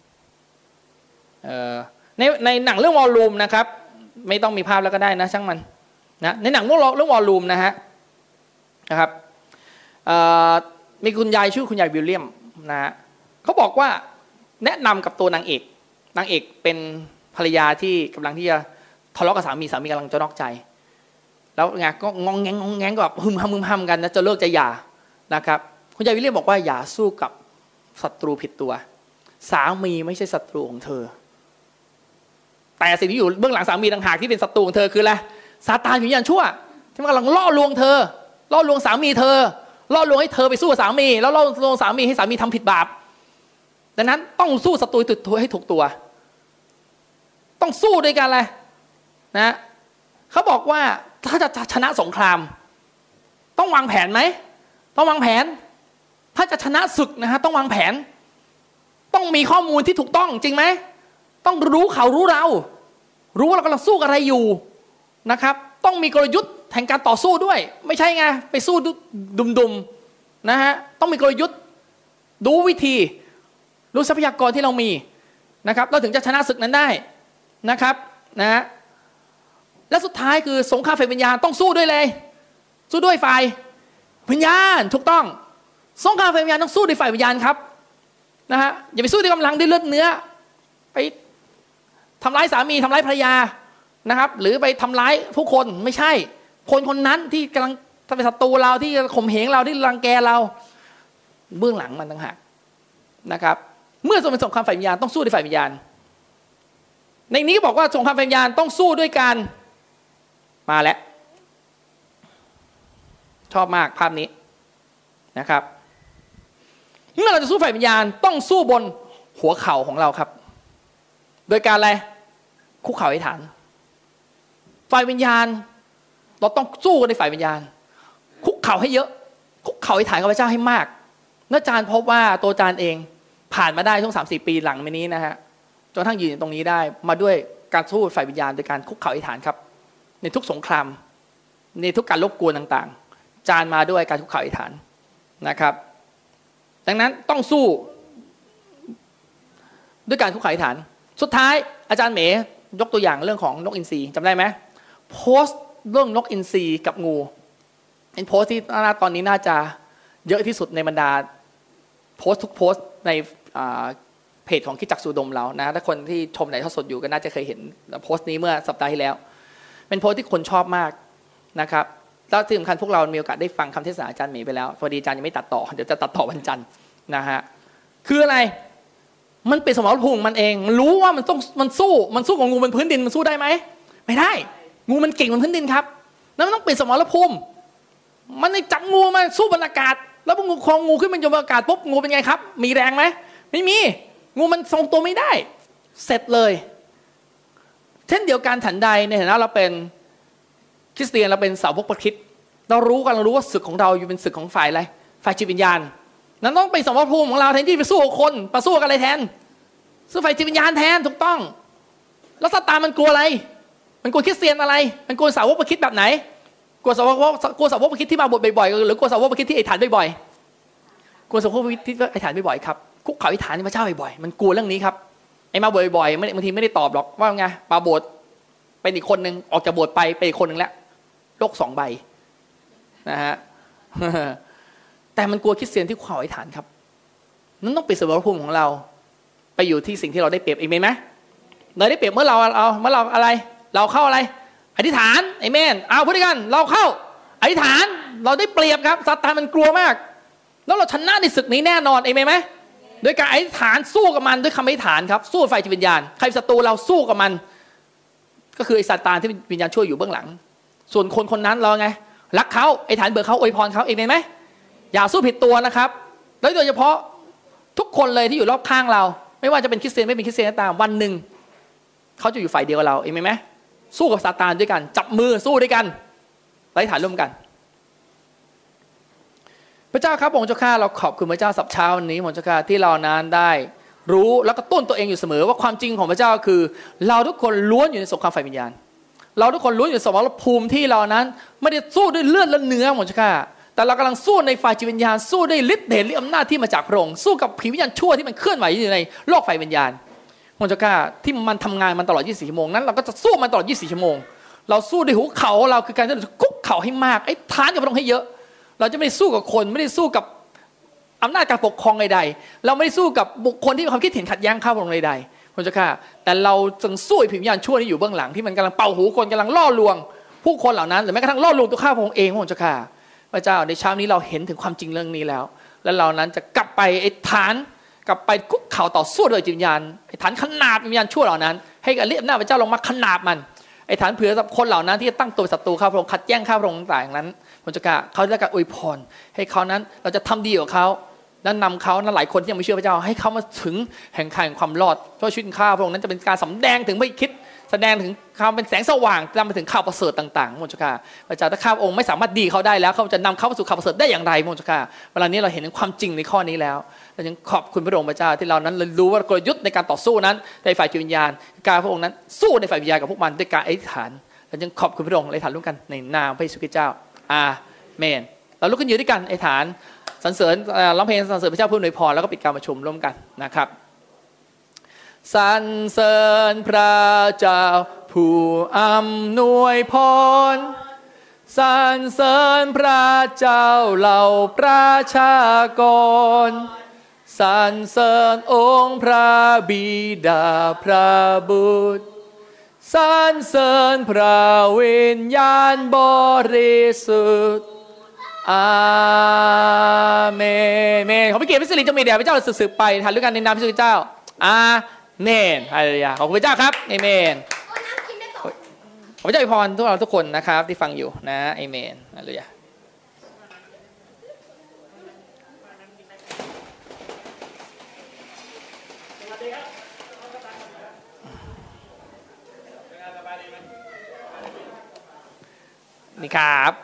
ในหนังเรื่องวอลลุ่มนะครับไม่ต้องมีภาพแล้วก็ได้นะช่างมันนะในหนังเรื่องวอลลุ่มนะครับมีคุณยายชื่อคุณยายวิลเลียมนะฮะเขาบอกว่าแนะนำกับตัวนางเอกเป็นภรรยาที่กำลังที่จะทะเลาะกับสามีกำลังจะนอกใจแล้วไงก็งองแงก็แบบฮึมกันนะจะเลิกจะหย่านะครับคุณยายวิลเลียมบอกว่าอย่าสู้กับศัตรูผิดตัวสามีไม่ใช่ศัตรูของเธอแต่สิ่งที่อยู่เบื้องหลังสามีต่างหากที่เป็นศัตรูของเธอคืออะไรซาตานวิญญาณชั่วที่มันกำลังล่อลวงเธอล่อลวงสามีเธอล่อลวงให้เธอไปสู้กับสามีแล้วล่อลวงสามีให้สามีทำผิดบาปดังนั้นต้องสู้ศัตรูให้ถูกตัวต้องสู้ด้วยกันอะไรนะเขาบอกว่าถ้าจะชนะสงครามต้องวางแผนไหมต้องวางแผนถ้าจะชนะศึกนะฮะต้องวางแผนต้องมีข้อมูลที่ถูกต้องจริงไหมต้องรู้เขารู้เรารู้ว่าเรากำลังสู้อะไรอยู่นะครับต้องมีกลยุทธ์แห่งการต่อสู้ด้วยไม่ใช่ไงไปสู้ดุมๆนะฮะต้องมีกลยุทธ์ดูวิธีรู้ทรัพยากรที่เรามีนะครับเราถึงจะชนะศึกนั้นได้นะครับนะและสุดท้ายคือสงครามฝ่ายวิญญาณต้องสู้ด้วยเลยสู้ด้วยฝ่ายวิญญาณถูกต้องสงครามฝ่ายวิญญาณต้องสู้ด้วยฝ่ายวิญญาณครับนะฮะอย่าไปสู้ด้วยกำลังด้วยเลือดเนื้อไปทำร้ายสามีทำร้ายภรรยานะครับหรือไปทำร้ายผู้คนไม่ใช่คนนั้นที่กำลังทำเป็นศัตรูเราที่ข่มเหงเราที่รังแกเราเบื้องหลังมันต่างหากนะครับเมื่อเป็นสงครามฝ่ายวิญญาณต้องสู้ด้วยฝ่ายวิญญาณในนี้ก็บอกว่าสงครามฝ่ายวิญญาณต้องสู้ด้วยกันมาแล้วชอบมากภาพนี้นะครับเมื่อเราจะสู้ฝ่ายวิญญาณต้องสู้บนหัวเข่าของเราครับโดยการอะไรคุกเข่าอธิษฐานฝ่ายวิญญาณเราต้องสู้กันในฝ่ายวิญญาณคุกเข่าให้เยอะคุกเข่าอธิษฐานกับพระเจ้าให้มากอาจารย์พบว่าตัวอาจารย์เองผ่านมาได้ช่วง3-4 ปีหลังมานี้นะฮะจนกระทั่งยืนตรงนี้ได้มาด้วยการสู้ฝ่ายวิญญาณโดยการคุกเข่าอธิษฐานครับในทุกสงครามในทุกการรบกวนต่างๆอาจารย์มาด้วยการคุกเข่าอธิษฐานนะครับดังนั้นต้องสู้ด้วยการคุกเข่าอธิษฐานสุดท้ายอาจารย์เมย์ยกตัวอย่างเรื่องของนกอินทรีจำได้ไหมโพสต์เรื่องนกอินทรีกับงูเป็นโพสต์ที่ตอนนี้น่าจะเยอะที่สุดในบรรดาโพสต์ทุกโพสต์ในเพจของคริสตจักรสุดมเรานะถ้าคนที่ชมไหนทอดสดอยู่ก็น่าจะเคยเห็นโพสต์นี้เมื่อสัปดาห์ที่แล้วเป็นโพสต์ที่คนชอบมากนะครับแล้วที่สำคัญพวกเรามีโอกาสได้ฟังคำเทศนาอาจารย์เมย์ไปแล้วพอดีอาจารย์ยังไม่ตัดต่อเดี๋ยวจะตัดต่อวันจันทร์นะฮะคืออะไรมันเป็นสมรภูมิมันเองมันรู้ว่ามันสู้กับงูบนพื้นดินมันสู้ได้ไหมไม่ได้งูมันเก่งบนพื้นดินครับแล้วมันต้องเป็นสมรภูมิมันในจับงูมาสู้บนอากาศแล้วพองูคลองงูขึ้นมันอยู่บนอากาศปุ๊บงูเป็นไงครับมีแรงไหมไม่มีงูมันทรงตัวไม่ได้เสร็จเลยเช่นเดียวกันฉันใดในฐานะเราเป็นคริสเตียนเราเป็นสาวกพระคริสต์เรารู้ว่าศึกของเราอยู่เป็นศึกของฝ่ายอะไรฝ่ายจิตวิญญาณนั้นต้องเป็นสมรภูมิของเราแทนที่ไปสู้กับคนไปสู้กับอะไรแทนสู้ฝ่ายจิตวิญญาณแทนถูกต้องแล้วซาตานมันกลัวอะไรมันกลัวคริสเตียนอะไรมันกลัวสาวกพระคริสต์แบบไหนกลัวสาวกมาคิดที่มาบทบ่อยๆหรือกลัวสาวกมาคิดที่อธิษฐานบ่อยๆกลัวสาวกมาคิดที่อธิษฐานบ่อยๆครับคุกเข่าอธิษฐานพระเจ้าบ่อยๆมันกลัวเรื่องนี้ครับไอ้มาบ่อยๆบางทีไม่ได้ตอบหรอกว่าไงมาโบสถ์เป็นอีกคนนึงออกจากโบสถ์ไปเป็นอีกคนนึงแล้วโลก2 ใบนะฮะ แต่มันกลัวคริสเตียนที่เข่าอธิษฐานครับนั้นต้องเปลี่ยนสมรภูมิของเราไปอยู่ที่สิ่งที่เราได้เปรียบเองไหมเราได้เปรียบเมื่อเราอะไรเราเข้าอะไรอธิษฐานเอเมนเอาพูดด้วยกันเราเข้าอธิษฐานเราได้เปรียบครับซาตานมันกลัวมากแล้วเราชนะในศึกนี้แน่นอนเอเมนไหมโดยการอธิษฐานสู้กับมันด้วยคำอธิษฐานครับสู้ไฟจิตวิญญาณใครศัตรูเราสู้กับมันก็คือไอ้ซาตานที่วิญญาณช่วยอยู่เบื้องหลังส่วนคนนั้นเราไงรักเขาอธิษฐานเบิกเขาอวยพรเขาเอเมนไหมอย่าสู้ผิดตัวนะครับแล้วโดยเฉพาะทุกคนเลยที่อยู่รอบข้างเราไม่ว่าจะเป็นคริสเตียนไม่เป็นคริสเตียนก็ตามวันหนึ่งเขาจะอยู่ฝ่ายเดียวกับเราเอเมนไหมสู้กับซาตานด้วยกันจับมือสู้ด้วยกันอธิษฐานร่วมกันพระเจ้าครับองค์เจ้าข้าเราขอบคุณพระเจ้าสับเช้าวันนี้องค์เจ้าข้าที่เรานั้นได้รู้แล้วก็ตุ้นตัวเองอยู่เสมอว่าความจริงของพระเจ้าคือเราทุกคนล้วนอยู่ในสงครามฝ่ายวิญญาณเราทุกคนล้วนอยู่ในสมรภูมิที่เรานั้นไม่ได้สู้ด้วยเลือดและเนื้อองค์เจ้าข้าแต่เรากำลังสู้ในฝ่ายจิตวิญญาณสู้ด้วยฤทธิ์เดชและอำนาจที่มาจากพระองค์สู้กับผีวิญญาณชั่วที่มันเคลื่อนไหวอยู่ในโลกฝ่ายวิญญาณองค์เจ้าข้าที่มันทำงานมันตลอด24 ชั่วโมงนั้นเราก็จะสู้มันตลอด24 ชั่วโมงเราสู้ด้วยหัวเข่าเราคือการที่เราคุกเข่าให้มากไอ้ฐานกับพระองค์ให้เยอะเราจะไม่ได้สู้กับคนไม่ได้สู้กับอำนาจการปกครองใดๆเราไม่ได้สู้กับบุคคลที่มีความคิดเห็นขัดแย้งข้าพระองค์ใดๆองค์เจ้าข้าแต่เราจึงสู้ผีวิญญาณชั่วที่อยู่เบื้องหลังที่มันกำลังเป่าหูคนกำลังล่อลวงผู้คนเหล่านั้นหรือแม้กระทั่งล่อลวงตัวข้าพระองค์เององค์เจ้าข้าพระเจ้าในเช้านี้เราเห็นถึงความจริงเรื่องนี้แล้วและเรานั้นจะกลับไปไอ้ฐานกลับไปคุกเข่าต่อสู้โดยจิตวิญญาณไอ้ฐานขนาบวิญญาณชั่วเหล่านั้นให้กับเรียกหน้าพระเจ้าลงมาขนาบมันไอ้ฐานเผื่อสำหรับคนเหล่านั้นที่จะตั้งตัวศัตรูข้าพระองค์ขัดแย้งข้าพระองค์ต่างๆนั้นองค์เจ้าข้าเขาได้การอวยพรให้เขานั้นเราจะทำดีกับเขาและนำเขานั้นหลายคนที่ยังไม่เชื่อพระเจ้าให้เขามาถึงแห่งความรอดเพราะชีวิตข้าพระองค์นั้นจะเป็นการสำแดงถึงไม่คิดแสดงถึงความเป็นแสงสว่างนำไปถึงข่าวประเสริฐต่างๆพระเจ้าข้าพระเจ้าถ้าข้าพระองค์ไม่สามารถดีเขาได้แล้วเขาจะนำเขาไปสู่ข่าวประเสริฐได้อย่างไรพระเจ้าข้าเวลานี้เราเห็นถึงความจริงในข้อนี้แล้วเราจึงขอบคุณพระองค์พระเจ้าที่เรานั้นรู้ว่ากลยุทธ์ในการต่อสู้นั้นในฝ่ายจิตวิญญาณการพระองค์นั้นสู้ในฝ่ายวิญญาณกับพวกมันด้วยการอธิษฐานเราจึงขอบคุณพระองค์อธิษฐานร่วมกันในนามพระเยซูคริสต์เจ้าอาเมนเราลุกขึ้นยืนด้วยกันอธิษฐานสรรเสริญร้องเพลงสรรเสริญพระเจ้าผู้อวยพรแล้วก็ปิดการประชุมร่วมกันนะครับสรรเสริญพระเจ้าผู้อำนวยพรสรรเสริญพระเจ้าเหล่าประชากรสรรเสริญองค์พระบิดาพระบุตรสรรเสริญพระวิญญาณบริสุทธิ์อาเมนขอพระเกียรติพระสิริจงมีแด่พระเจ้าสืบไปทานด้วยกันในนามพระเจ้าอาเมนฮาเลลูยาขอบคุณพระเจ้าครับเอเมนขอพระเจ้าอวยพรทุกคนนะครับที่ฟังอยู่นะเอเมนฮาเลลูยานี่ครับ